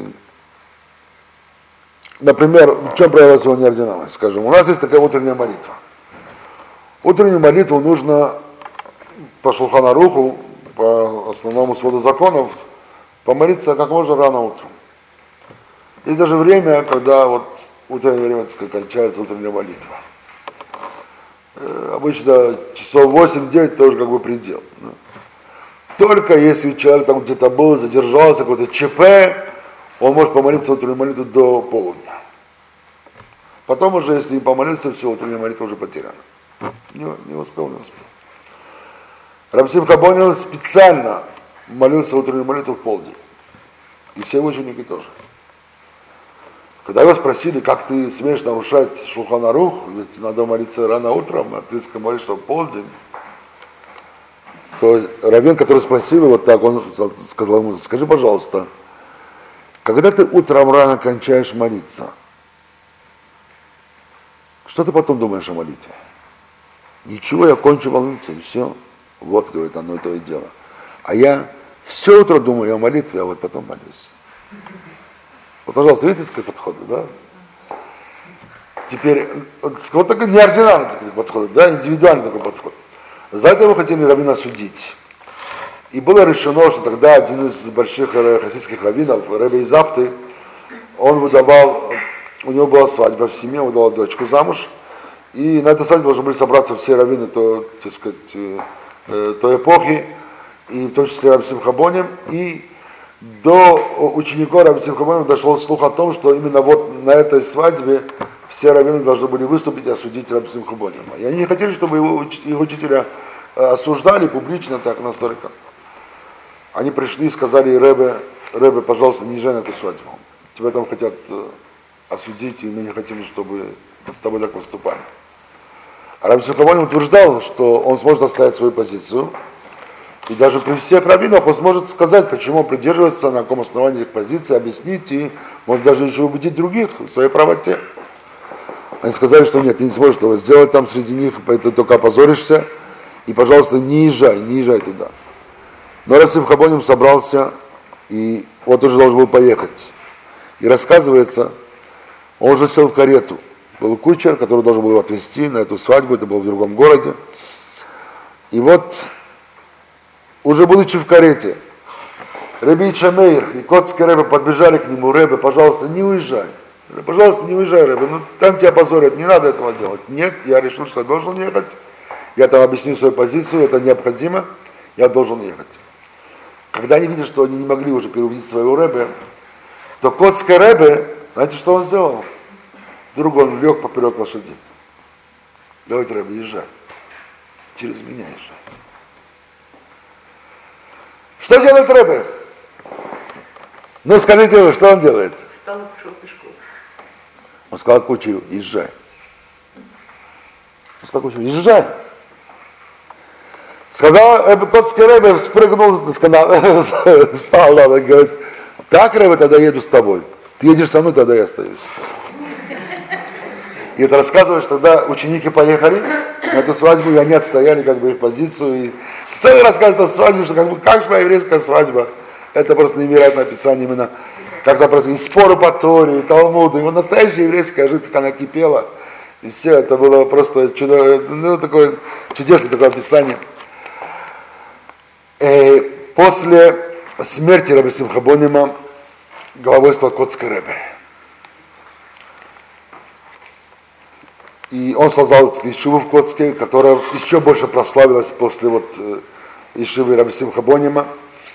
например, в чем проявилась его неординарность? Скажем, у нас есть такая утренняя молитва. Утреннюю молитву нужно по Шулхан Аруху, по основному своду законов, помолиться как можно рано утром. Есть даже время, когда вот утреннее время, так сказать, кончается утренняя молитва. Э, обычно часов восемь-девять тоже как бы предел. Да. Только если человек там где-то был, задержался, какой-то ЧП, он может помолиться утреннюю молитву до полудня. Потом уже, если не помолиться, все, утренняя молитва уже потеряна. Не, не успел, не успел. Раби Симха Боним специально молился утреннюю молитву в полдень. И все его ученики тоже. Когда его спросили, как ты смеешь нарушать Шулхан Арух, ведь надо молиться рано утром, а ты молишься в полдень, то раввин, который спросил его так, он сказал ему: скажи, пожалуйста, когда ты утром рано кончаешь молиться, что ты потом думаешь о молитве? Ничего, я кончу молиться, и все. Вот, говорит, оно и то и дело. А я все утро думаю о молитве, а вот потом молюсь. Вот, пожалуйста, видите, какой подход, да? Теперь, вот, вот такой неординарный такой подход, да, индивидуальный такой подход. За это его хотели раввина судить. И было решено, что тогда один из больших хасидских раввинов, Ребе из Апты, он выдавал у него была свадьба в семье, он дал дочку замуж, и на этой свадьбе должны были собраться все раввины то, так сказать, э, той эпохи, и в том числе Раби Симха Боним, и до учеников Раби Симха Боним дошел слух о том, что именно вот на этой свадьбе все раввины должны были выступить и осудить Раби Симха Бонима. И они не хотели, чтобы его, его учителя осуждали публично так настолько. Они пришли и сказали Ребе, Ребе, пожалуйста, не езжай на эту свадьбу. Тебя там хотят осудить, и мы не хотим, чтобы с тобой так поступали. А Раби Симха Боним утверждал, что он сможет отстоять свою позицию, и даже при всех раввинах он сможет сказать, почему он придерживается, на каком основании их позиции, объяснить и, может, даже еще убедить других в своей правоте. Они сказали, что нет, ты не сможешь этого сделать там среди них, поэтому только опозоришься, и, пожалуйста, не езжай, не езжай туда. Но Раби Симха Боним собрался, и вот уже должен был поехать. И рассказывается, он уже сел в карету. Был кучер, который должен был его отвезти на эту свадьбу, это было в другом городе. И вот, уже будучи в карете, Раби Чамейр и Котский Ребе подбежали к нему: Ребе, пожалуйста, не уезжай. Пожалуйста, не уезжай, Ребе, ну там тебя позорят, не надо этого делать. Нет, я решил, что я должен ехать. Я там объясню свою позицию, это необходимо, я должен ехать. Когда они видят, что они не могли уже переубедить своего Ребе, то Котский Ребе, знаете, что он сделал? Вдруг он лег поперек лошади. Говорит: Ребе, езжай. Через меня езжай. Что делает Ребе? Ну, скажите, что он делает? Встал и пошел пешком. Он сказал кучеру: езжай. Он сказал кучеру: езжай. Сказал Котский Ребе, спрыгнул, встал, ладно, говорит: так, Ребе, тогда еду с тобой. Ты едешь со мной, тогда я остаюсь. И это рассказывает, что тогда ученики поехали на эту свадьбу, и они отстояли как бы их позицию. И целый рассказ о свадьбе, что как бы как шла еврейская свадьба. Это просто невероятное описание именно, когда просто и споры по Торе, и Талмуду, и вот настоящая еврейская жизнь, как она кипела. И все, это было просто чудо, ну, такое чудесное такое описание. И после смерти Раби Симха Бонима главой стал Котский Ребе. И он создал ешиву в Котске, которая еще больше прославилась после вот ешивы Раби Симха Бонима.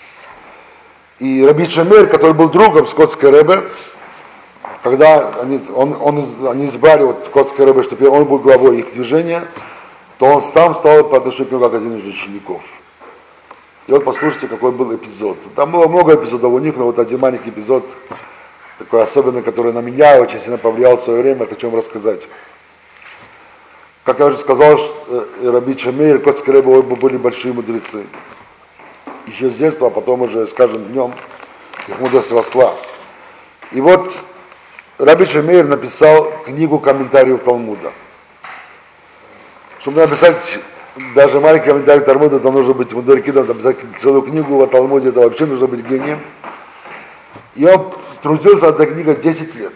И Раби Чамейр, который был другом с Котской Ребе, когда они, он, он, они избрали вот Котский Ребе, что теперь он был главой их движения, то он сам стал по отношению к нему как один из учеников. И вот послушайте, какой был эпизод. Там было много эпизодов у них, но вот один маленький эпизод, такой особенный, который на меня очень сильно повлиял в свое время, хочу вам рассказать. Как я уже сказал, Раби Чамейр и Котский Ребе оба были большие мудрецы. Еще с детства, а потом уже, скажем, днем их мудрость росла. И вот Раби Чамейр написал книгу комментариев Талмуда. Чтобы написать даже маленький комментарий Талмуда, то нужно быть мудрекидом, написать целую книгу о Талмуде, это вообще нужно быть гением. И он трудился над этой книгой десять лет.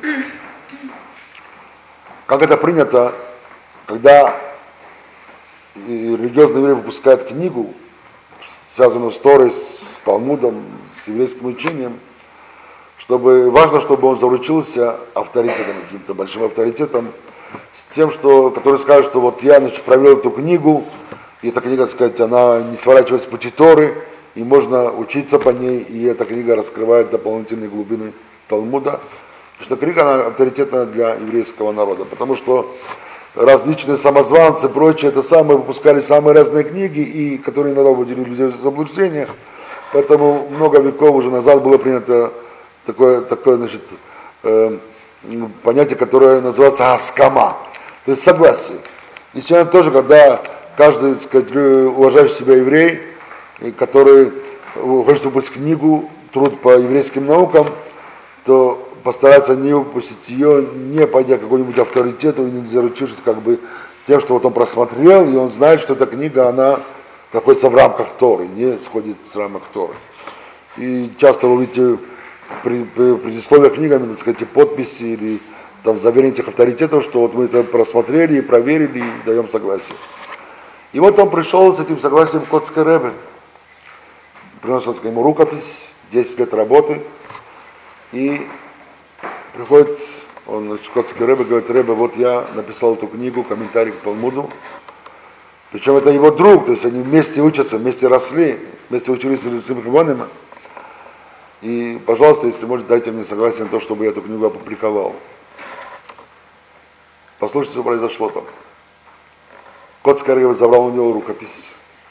Как это принято, когда религиозный еврей выпускает книгу, связанную с Торой, с Талмудом, с еврейским учением, чтобы, важно, чтобы он заручился авторитетом, каким-то большим авторитетом, с тем, что, который скажет, что вот я, значит, провел эту книгу, и эта книга, так сказать, она не сворачивается с пути Торы, и можно учиться по ней, и эта книга раскрывает дополнительные глубины Талмуда. Потому что книга, она авторитетна для еврейского народа, потому что различные самозванцы, прочее, это самые, выпускали самые разные книги, и которые иногда вводили людей в заблуждение. Поэтому много веков уже назад было принято такое, такое значит, э, понятие, которое называется аскама, то есть согласие. И сегодня тоже, когда каждый, так сказать, уважающий себя еврей, который хочет выпустить книгу, труд по еврейским наукам, то постараться не выпустить ее, не пойдя к какому-нибудь авторитету и не заручившись как бы тем, что вот он просмотрел, и он знает, что эта книга, она находится в рамках Торы, не сходит с рамок Торы. И часто вы видите при, при предисловиях книгами, так сказать, подписи или там заверение этих авторитетов, что вот мы это просмотрели и проверили и даем согласие. И вот он пришел с этим согласием в Котский Ребе, приносил ему рукопись, десять лет работы, и приходит Он, шкотский рэбе, говорит, рэбе, вот я написал эту книгу, комментарий к Талмуду. Причем это его друг, то есть они вместе учатся, вместе росли, вместе учились с Ибн. И, пожалуйста, если можете, дайте мне согласие на то, чтобы я эту книгу опубликовал. Послушайте, что произошло там. Шкотский рэбе забрал у него рукопись.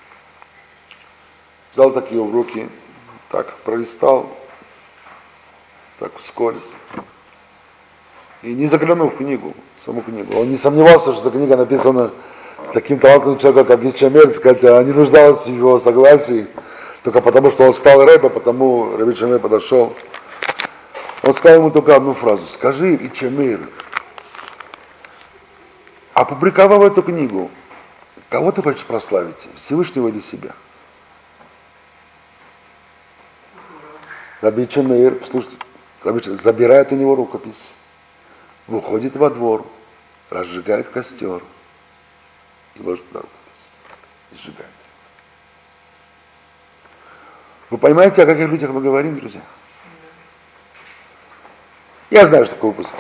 Взял так ее в руки, так пролистал, так вскользь. И не заглянул в книгу, саму книгу. Он не сомневался, что эта книга написана таким талантливым человеком, как Ишчамер, хотя не нуждалась в его согласии, только потому, что он стал рэбе, потому Рабби Ишчамер подошел. Он сказал ему только одну фразу: скажи, Ишчамер, опубликовав эту книгу, кого ты хочешь прославить, Всевышнего или себя? Рабби Ишчамер, слушайте, Рабби Ишчамер забирает у него рукопись, выходит во двор, разжигает костер и ложит туда рукопись, и сжигает. Вы понимаете, о каких людях мы говорим, друзья? Я знаю, что такое выпустить.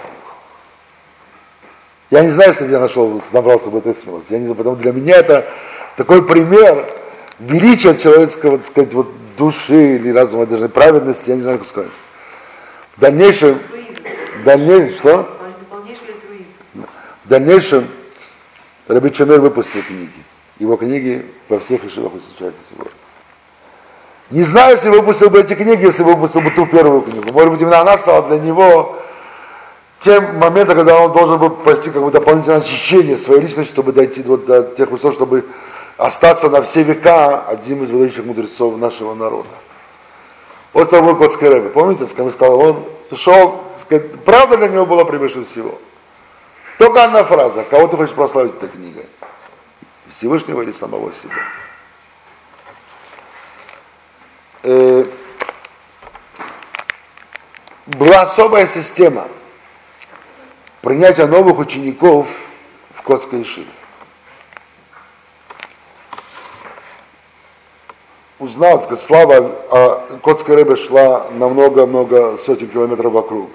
Я не знаю, если я нашел, набрался бы этой смелости. Я не знаю, потому для меня это такой пример величия человеческого, так сказать, вот души или разума, даже праведности, я не знаю, как сказать. В дальнейшем, в дальнейшем, что? В дальнейшем Рабби Ишчамер выпустил книги. Его книги во всех ешивах встречаются сегодня. Не знаю, если выпустил бы эти книги, если бы выпустил бы ту первую книгу. Может быть, именно она стала для него тем моментом, когда он должен был пройти как бы дополнительное очищение своей личности, чтобы дойти вот до тех высот, чтобы остаться на все века одним из выдающих мудрецов нашего народа. Вот это был Шкотский рэбе. Помните, как я сказал, он пришел, сказать, правда для него была превыше всего. Только одна фраза: кого ты хочешь прославить этой книгой? Всевышнего или самого себя? Э, была особая система принятия новых учеников в Шкотской ешиве. Узнал, сказать, слава о Шкотской рэбе шла на много-много сотен километров вокруг.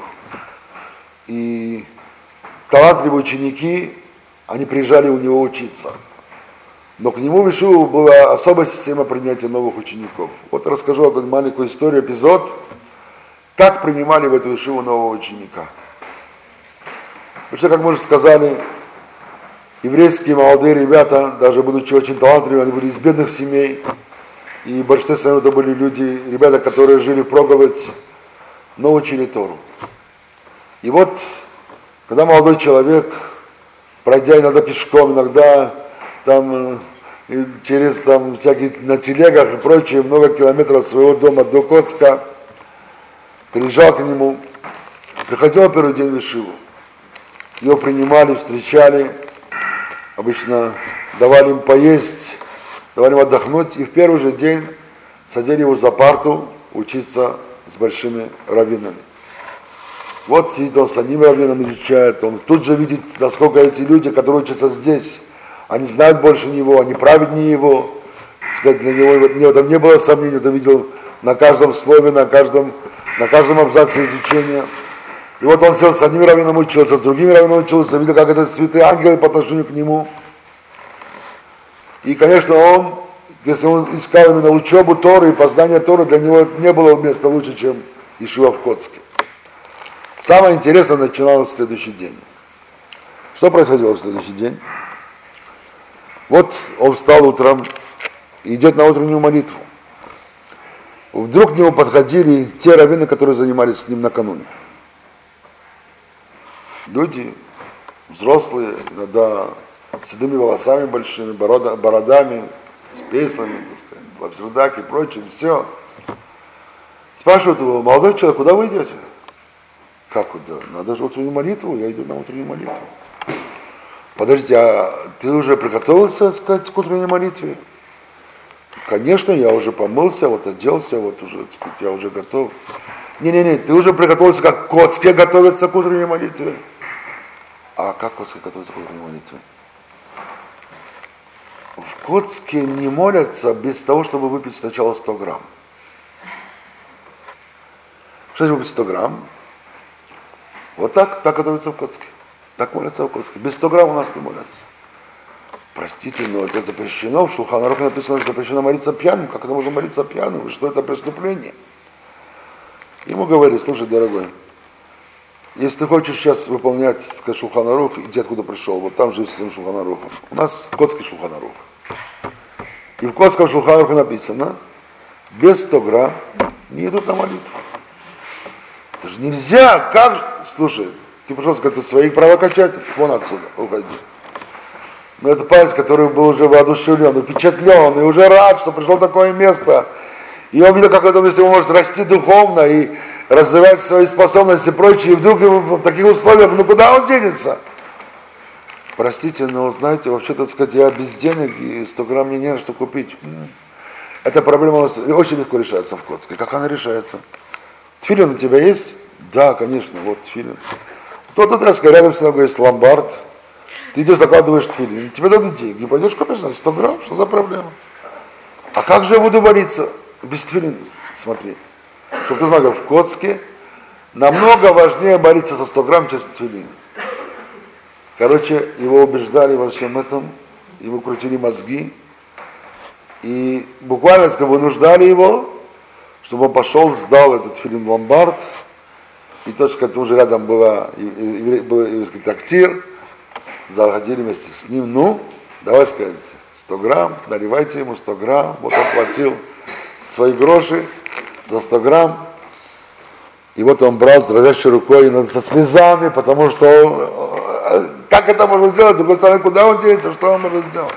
И талантливые ученики, они приезжали у него учиться. Но к нему в ешиву была особая система принятия новых учеников. Вот расскажу одну маленькую историю, эпизод, как принимали в эту ешиву нового ученика. Потому что, как мы уже сказали, еврейские молодые ребята, даже будучи очень талантливыми, они были из бедных семей. И в большинстве своем это были люди, ребята, которые жили впроголодь, но учили Тору. И вот, когда молодой человек, пройдя иногда пешком, иногда там через там всякие на телегах и прочее, много километров от своего дома до Коцка, приезжал к нему, приходил первый день в ешиву. Его принимали, встречали, обычно давали им поесть, давали им отдохнуть, и в первый же день садили его за парту учиться с большими раввинами. Вот сидит он с одним раввином, изучает, он тут же видит, насколько эти люди, которые учатся здесь, они знают больше него, они праведнее его. Так сказать, для него в этом не было сомнений, он видел на каждом слове, на каждом, на каждом абзаце изучения. И вот он сел с одним раввином учился, с другим раввином учился, видел, как это святые ангелы по отношению к нему. И, конечно, он, если он искал именно учебу Торы и познание Торы, для него не было места лучше, чем ешива в Коцке. Самое интересное начиналось в следующий день. Что происходило в следующий день? Вот он встал утром и идет на утреннюю молитву. Вдруг к нему подходили те раввины, которые занимались с ним накануне. Люди, взрослые, иногда с седыми волосами большими, борода, бородами, с песнами, лапсердаки и прочее, все. Спрашивают его: молодой человек, куда вы идете? Как куда? Надо же утреннюю молитву, я иду на утреннюю молитву. Подождите, а ты уже приготовился, сказать, к утренней молитве? Конечно, я уже помылся, вот оделся, вот уже, так сказать, я уже готов. Не-не-не, ты уже приготовился, как в Коцке готовится к утренней молитве. А как в Коцке готовится к утренней молитве? В Коцке не молятся без того, чтобы выпить сначала сто грамм. Что значит выпить сто грамм? Вот так, так готовится в Коцке. Так молятся в Коцке. Без ста грамм у нас не молятся. Простите, но это запрещено. В Шулхан Арухе написано, что запрещено молиться пьяным. Как это можно молиться пьяным? Что это преступление? Ему говорит: слушай, дорогой, если ты хочешь сейчас выполнять, скажи, Шулхан Арух, иди откуда пришел. Вот там же с этим Шулхан Арухом. У нас Котский Шулхан Арух. И в Котском Шулхан Арухе написано: без ста грамм не идут на молитву. Это же нельзя. Как же? Слушай, ты пришел сказать, ты своих права качать, вон отсюда, уходи. Но это парень, который был уже воодушевлен, упечатлен, и уже рад, что пришло такое место. И он видел, как в этом месте он может расти духовно и развивать свои способности и прочее. И вдруг в таких условиях, ну куда он денется? Простите, но знаете, вообще, так сказать, я без денег, и сто грамм мне не на что купить. Эта проблема очень легко решается в Коцке. Как она решается? Тфилин у тебя есть? Да, конечно, вот тфилин. Кто-то, так сказать, рядом с тобой есть ломбард. Ты идешь, закладываешь тфилин, тебе дадут деньги, пойдешь купишь на сто грамм, что за проблема? А как же я буду молиться без тфилина? Смотри, чтобы ты знал, в Коцке намного важнее молиться за сто грамм, чем с тфилин. Короче, его убеждали во всем этом, ему крутили мозги, и буквально, сказать, вынуждали его, чтобы он пошел, сдал этот тфилин в ломбард, и то, что уже рядом была, был еврейский трактир, заходили вместе с ним, ну, давай сказать, сто грамм, наливайте ему сто грамм, вот он платил свои гроши за сто грамм, и вот он брал с дрожащей рукой, со слезами, потому что, как это можно сделать, с другой стороны, куда он денется, что он может сделать?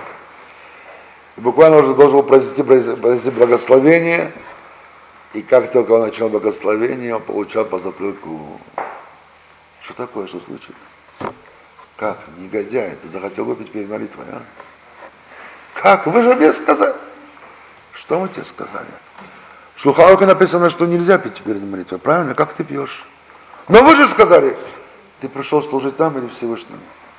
И буквально уже должен был произвести, произвести благословение, и как только он начал благословение, он получал по затылку. Что такое, что случилось? Как, негодяй, ты захотел выпить перед молитвой, а? Как? Вы же мне сказали. Что мы тебе сказали? В Шулхан Арухе написано, что нельзя пить перед молитвой, правильно? Как ты пьешь? Но вы же сказали, ты пришел служить там или Всевышнему?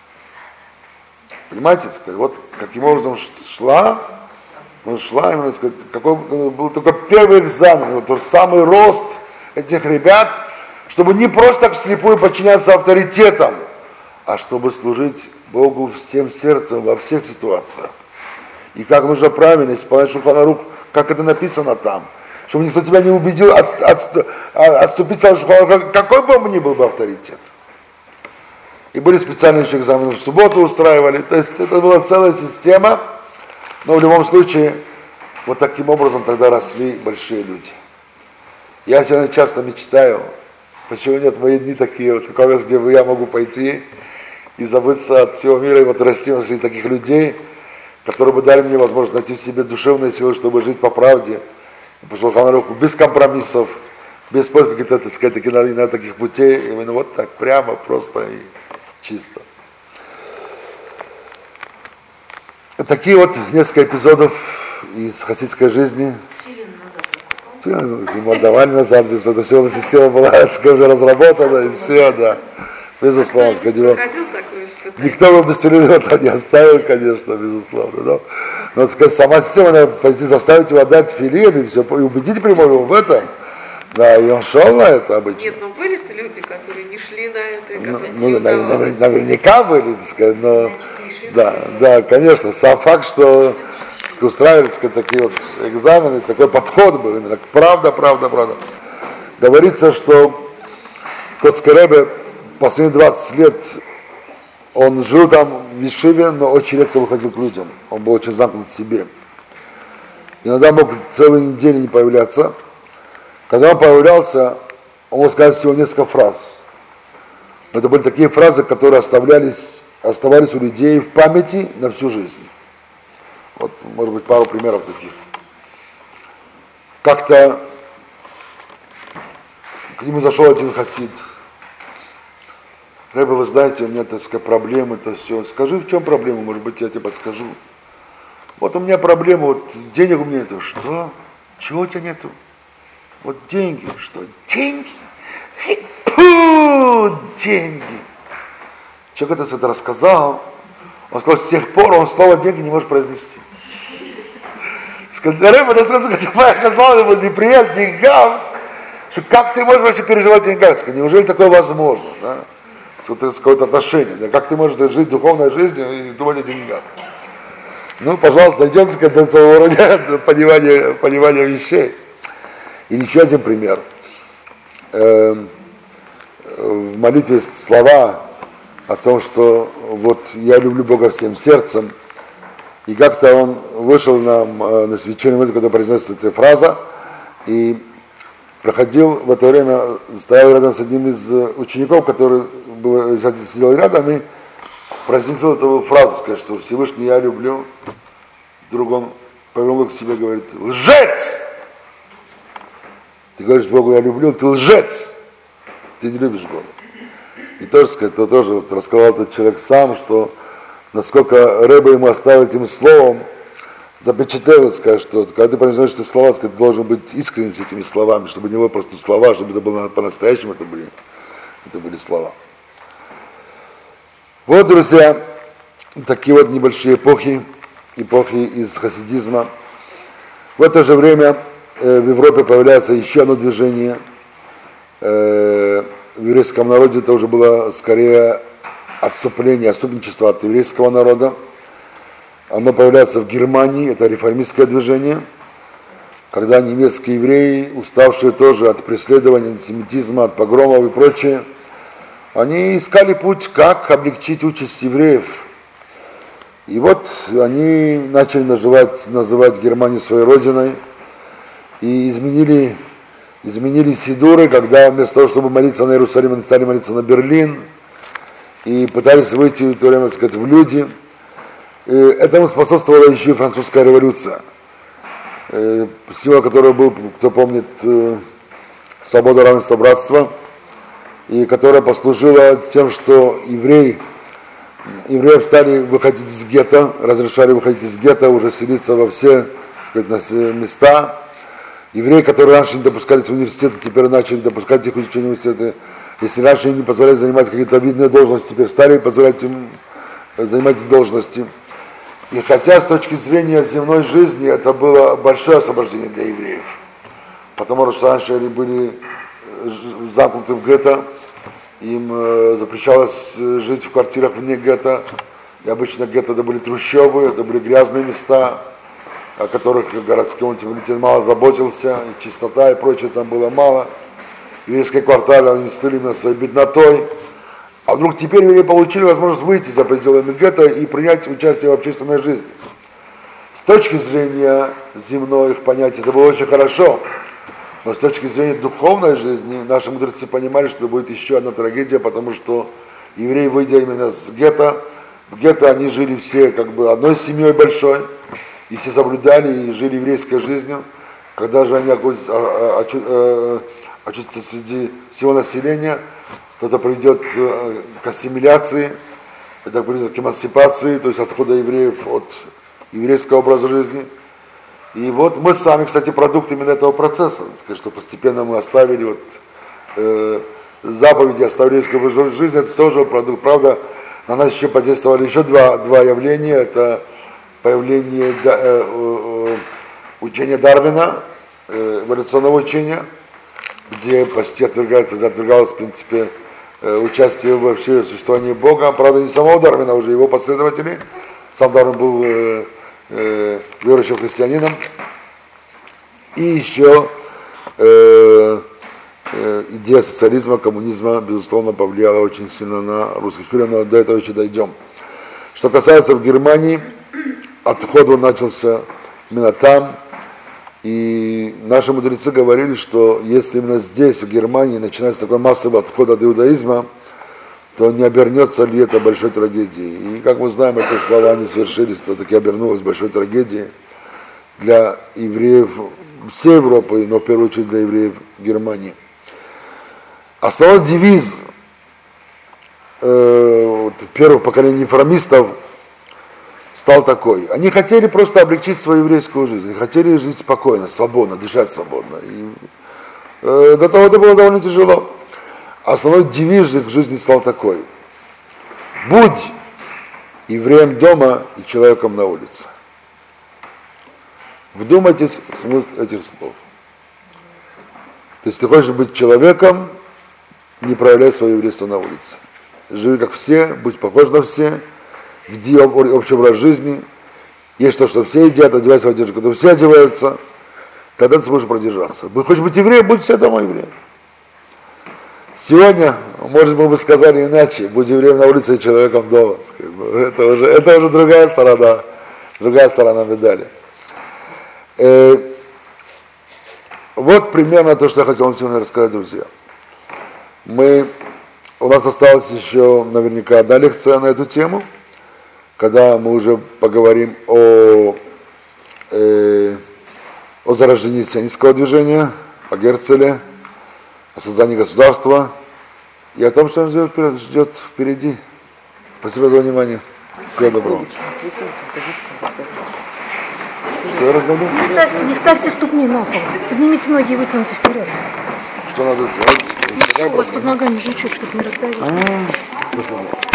Понимаете, сказать, вот каким образом шла, ну, шла, именно, сказать, какой был только первый экзамен, вот тот самый рост этих ребят, чтобы не просто так вслепую подчиняться авторитетам, а чтобы служить Богу всем сердцем во всех ситуациях. И как нужно правильно исполнять Шулхан Арух, как это написано там, чтобы никто тебя не убедил от, от, отступить от Шулхан Аруха, какой бы он ни был бы авторитет. И были специальные еще экзамены в субботу устраивали, то есть это была целая система, но в любом случае вот таким образом тогда росли большие люди. Я сегодня часто мечтаю, почему нет мои дни такие, вот такой раз, где я могу пойти и забыться от всего мира, и вот расти среди таких людей, которые бы дали мне возможность найти в себе душевные силы, чтобы жить по правде, по Шулхан Аруху, без компромиссов, без каких-то, так сказать, таких, на таких путей, именно вот так, прямо, просто и чисто. Такие вот несколько эпизодов из хасидской жизни. Молдаване назад, это все, система была уже разработана, и все, да. Безусловно, сказать, никто бы без филина не оставил, конечно, безусловно. Но, но сказать, сама система, надо пойти заставить его отдать филин, и все, и убедить прямо его в этом. Да, и он шел на это обычно. Нет, ну были-то люди, которые не шли на это, ну, которые ну, не навер- наверняка были, так сказать, но да, да, конечно, сам факт, что устраивали, так сказать, такие вот экзамены, такой подход был, именно правда, правда, правда. Говорится, что Коцкий Ребе последние двадцать лет он жил там в Ешиве, но очень редко выходил к людям. Он был очень замкнут в себе. Иногда мог целые недели не появляться. Когда он появлялся, он мог сказать всего несколько фраз. Но это были такие фразы, которые оставлялись, оставались у людей в памяти на всю жизнь. Вот, может быть, пару примеров таких. Как-то к нему зашел один хасид. Ребе, вы знаете, у меня, так сказать, проблемы, то все. Скажи, в чем проблема, может быть, я тебе подскажу. Вот у меня проблема, вот денег у меня нету. Что? Чего у тебя нету? Вот деньги. Что? Деньги? Фу, деньги. Человек это рассказал. Он сказал, с тех пор он слово деньги не может произнести. Сказал, Ребе, я сказал, я оказал ему неприятен деньгам, Как ты можешь вообще переживать деньгах? Неужели такое возможно? Да? С какое-то отношение. Да? Как ты можешь жить духовной жизнью и думать о деньгах? Ну, пожалуйста, дойдемся до такого уровня понимания, понимания вещей. И еще один пример. Эм, в молитве есть слова о том, что вот я люблю Бога всем сердцем. И как-то он вышел на, на священную молитву, когда произносится эта фраза, и проходил в это время, стоял рядом с одним из учеников, который был, сидел рядом, и произнесел эту фразу, сказать, что Всевышний я люблю. Вдруг он повернул к себе и говорит: лжец! Ты говоришь Богу, я люблю, ты лжец! Ты не любишь Бога. И тоже, сказать, то тоже вот рассказал этот человек сам, что насколько Ребе ему оставил этим словом, запечатлел, сказать, что когда ты произносишь эти слова, сказать, ты должен быть искренен с этими словами, чтобы не было просто слова, чтобы это было по-настоящему, это были, это были слова. Вот, друзья, такие вот небольшие эпохи, эпохи из хасидизма. В это же время э, в Европе появляется еще одно движение. Э, в еврейском народе это уже было скорее отступление, отступничество от еврейского народа. Оно появляется в Германии, это реформистское движение, когда немецкие евреи, уставшие тоже от преследования, антисемитизма, от погромов и прочее, они искали путь, как облегчить участь евреев. И вот они начали называть, называть Германию своей родиной и изменили, изменили сидуры, когда вместо того, чтобы молиться на Иерусалим, они стали молиться на Берлин, и пытались выйти в то время, так сказать, в люди. И этому способствовала еще и французская революция, символ которой был, кто помнит, свобода, равенство, братство, и которая послужила тем, что евреи, евреям стали выходить из гетто, разрешали выходить из гетто, уже селиться во все, так сказать, места. Евреи, которые раньше не допускались в университеты, теперь начали допускать их изучение университета. Если раньше им не позволяли занимать какие-то видные должности, теперь стали позволять им занимать эти должности. И хотя с точки зрения земной жизни это было большое освобождение для евреев, потому что раньше они были замкнуты в гетто, им запрещалось жить в квартирах вне гетто, и обычно гетто это были трущобы, это были грязные места, о которых городской муниципалитет мало заботился, и чистота и прочее там было мало. Еврейские кварталы, они стыли именно своей беднотой. А вдруг теперь евреи получили возможность выйти за пределами гетто и принять участие в общественной жизни. С точки зрения земной их понятия это было очень хорошо, но с точки зрения духовной жизни наши мудрецы понимали, что будет еще одна трагедия, потому что евреи, выйдя именно с гетто, в гетто они жили все как бы одной семьей большой, и все соблюдали и жили еврейской жизнью. Когда же они очутятся среди всего населения, то это приведет к ассимиляции, это приведет к эмансипации, то есть отхода евреев от еврейского образа жизни. И вот мы с вами, кстати, продукт именно этого процесса, сказать, что постепенно мы оставили вот, э, заповеди, оставили еврейскую жизнь, это тоже продукт. Правда, на нас еще подействовали еще два, два явления, это появление э, э, учения Дарвина, э, эволюционного учения, где почти отвергается, отвергалось, в принципе, участие в существовании Бога, правда, не самого Дарвина, а уже его последователей. Сам Дарвин был э, э, верующим христианином. И еще э, э, идея социализма, коммунизма, безусловно, повлияла очень сильно на русских евреев, но до этого еще дойдем. Что касается в Германии, отход он начался именно там. И наши мудрецы говорили, что если именно здесь, в Германии, начинается такой массовый отход от иудаизма, то не обернется ли это большой трагедией. И, как мы знаем, эти слова не свершились, то таки обернулось большой трагедией для евреев всей Европы, но в первую очередь для евреев Германии. Основной девиз э, вот, первых поколений реформистов стал такой. Они хотели просто облегчить свою еврейскую жизнь, они хотели жить спокойно, свободно, дышать свободно. И, э, до того это было довольно тяжело. Основной девиз их жизни стал такой. Будь евреем дома и человеком на улице. Вдумайтесь в смысл этих слов. То есть ты хочешь быть человеком, не проявляй свое еврейство на улице. Живи как все, будь похож на все, веди общий образ жизни. Есть то, что все едят, одевайся в одежду, когда все одеваются, тогда ты сможешь продержаться. Хочешь быть евреем, будь все дома евреем. Сегодня, может, мы бы сказали иначе, будь евреем на улице и человеком дома. Это уже, это уже другая сторона, другая сторона медали. Э, вот примерно то, что я хотел вам сегодня рассказать, друзья. Мы, у нас осталась еще наверняка одна лекция на эту тему, когда мы уже поговорим о, э, о зарождении сионистского движения, о Герцеле, о создании государства и о том, что нас ждет, ждет впереди. Спасибо за внимание. Всего доброго. Что я раздавлю? Не ставьте, не ставьте ступни на пол. Поднимите ноги и вытяните вперед. Что надо сделать? У вас под ногами жучок, чтобы не раздавить. А, спасибо.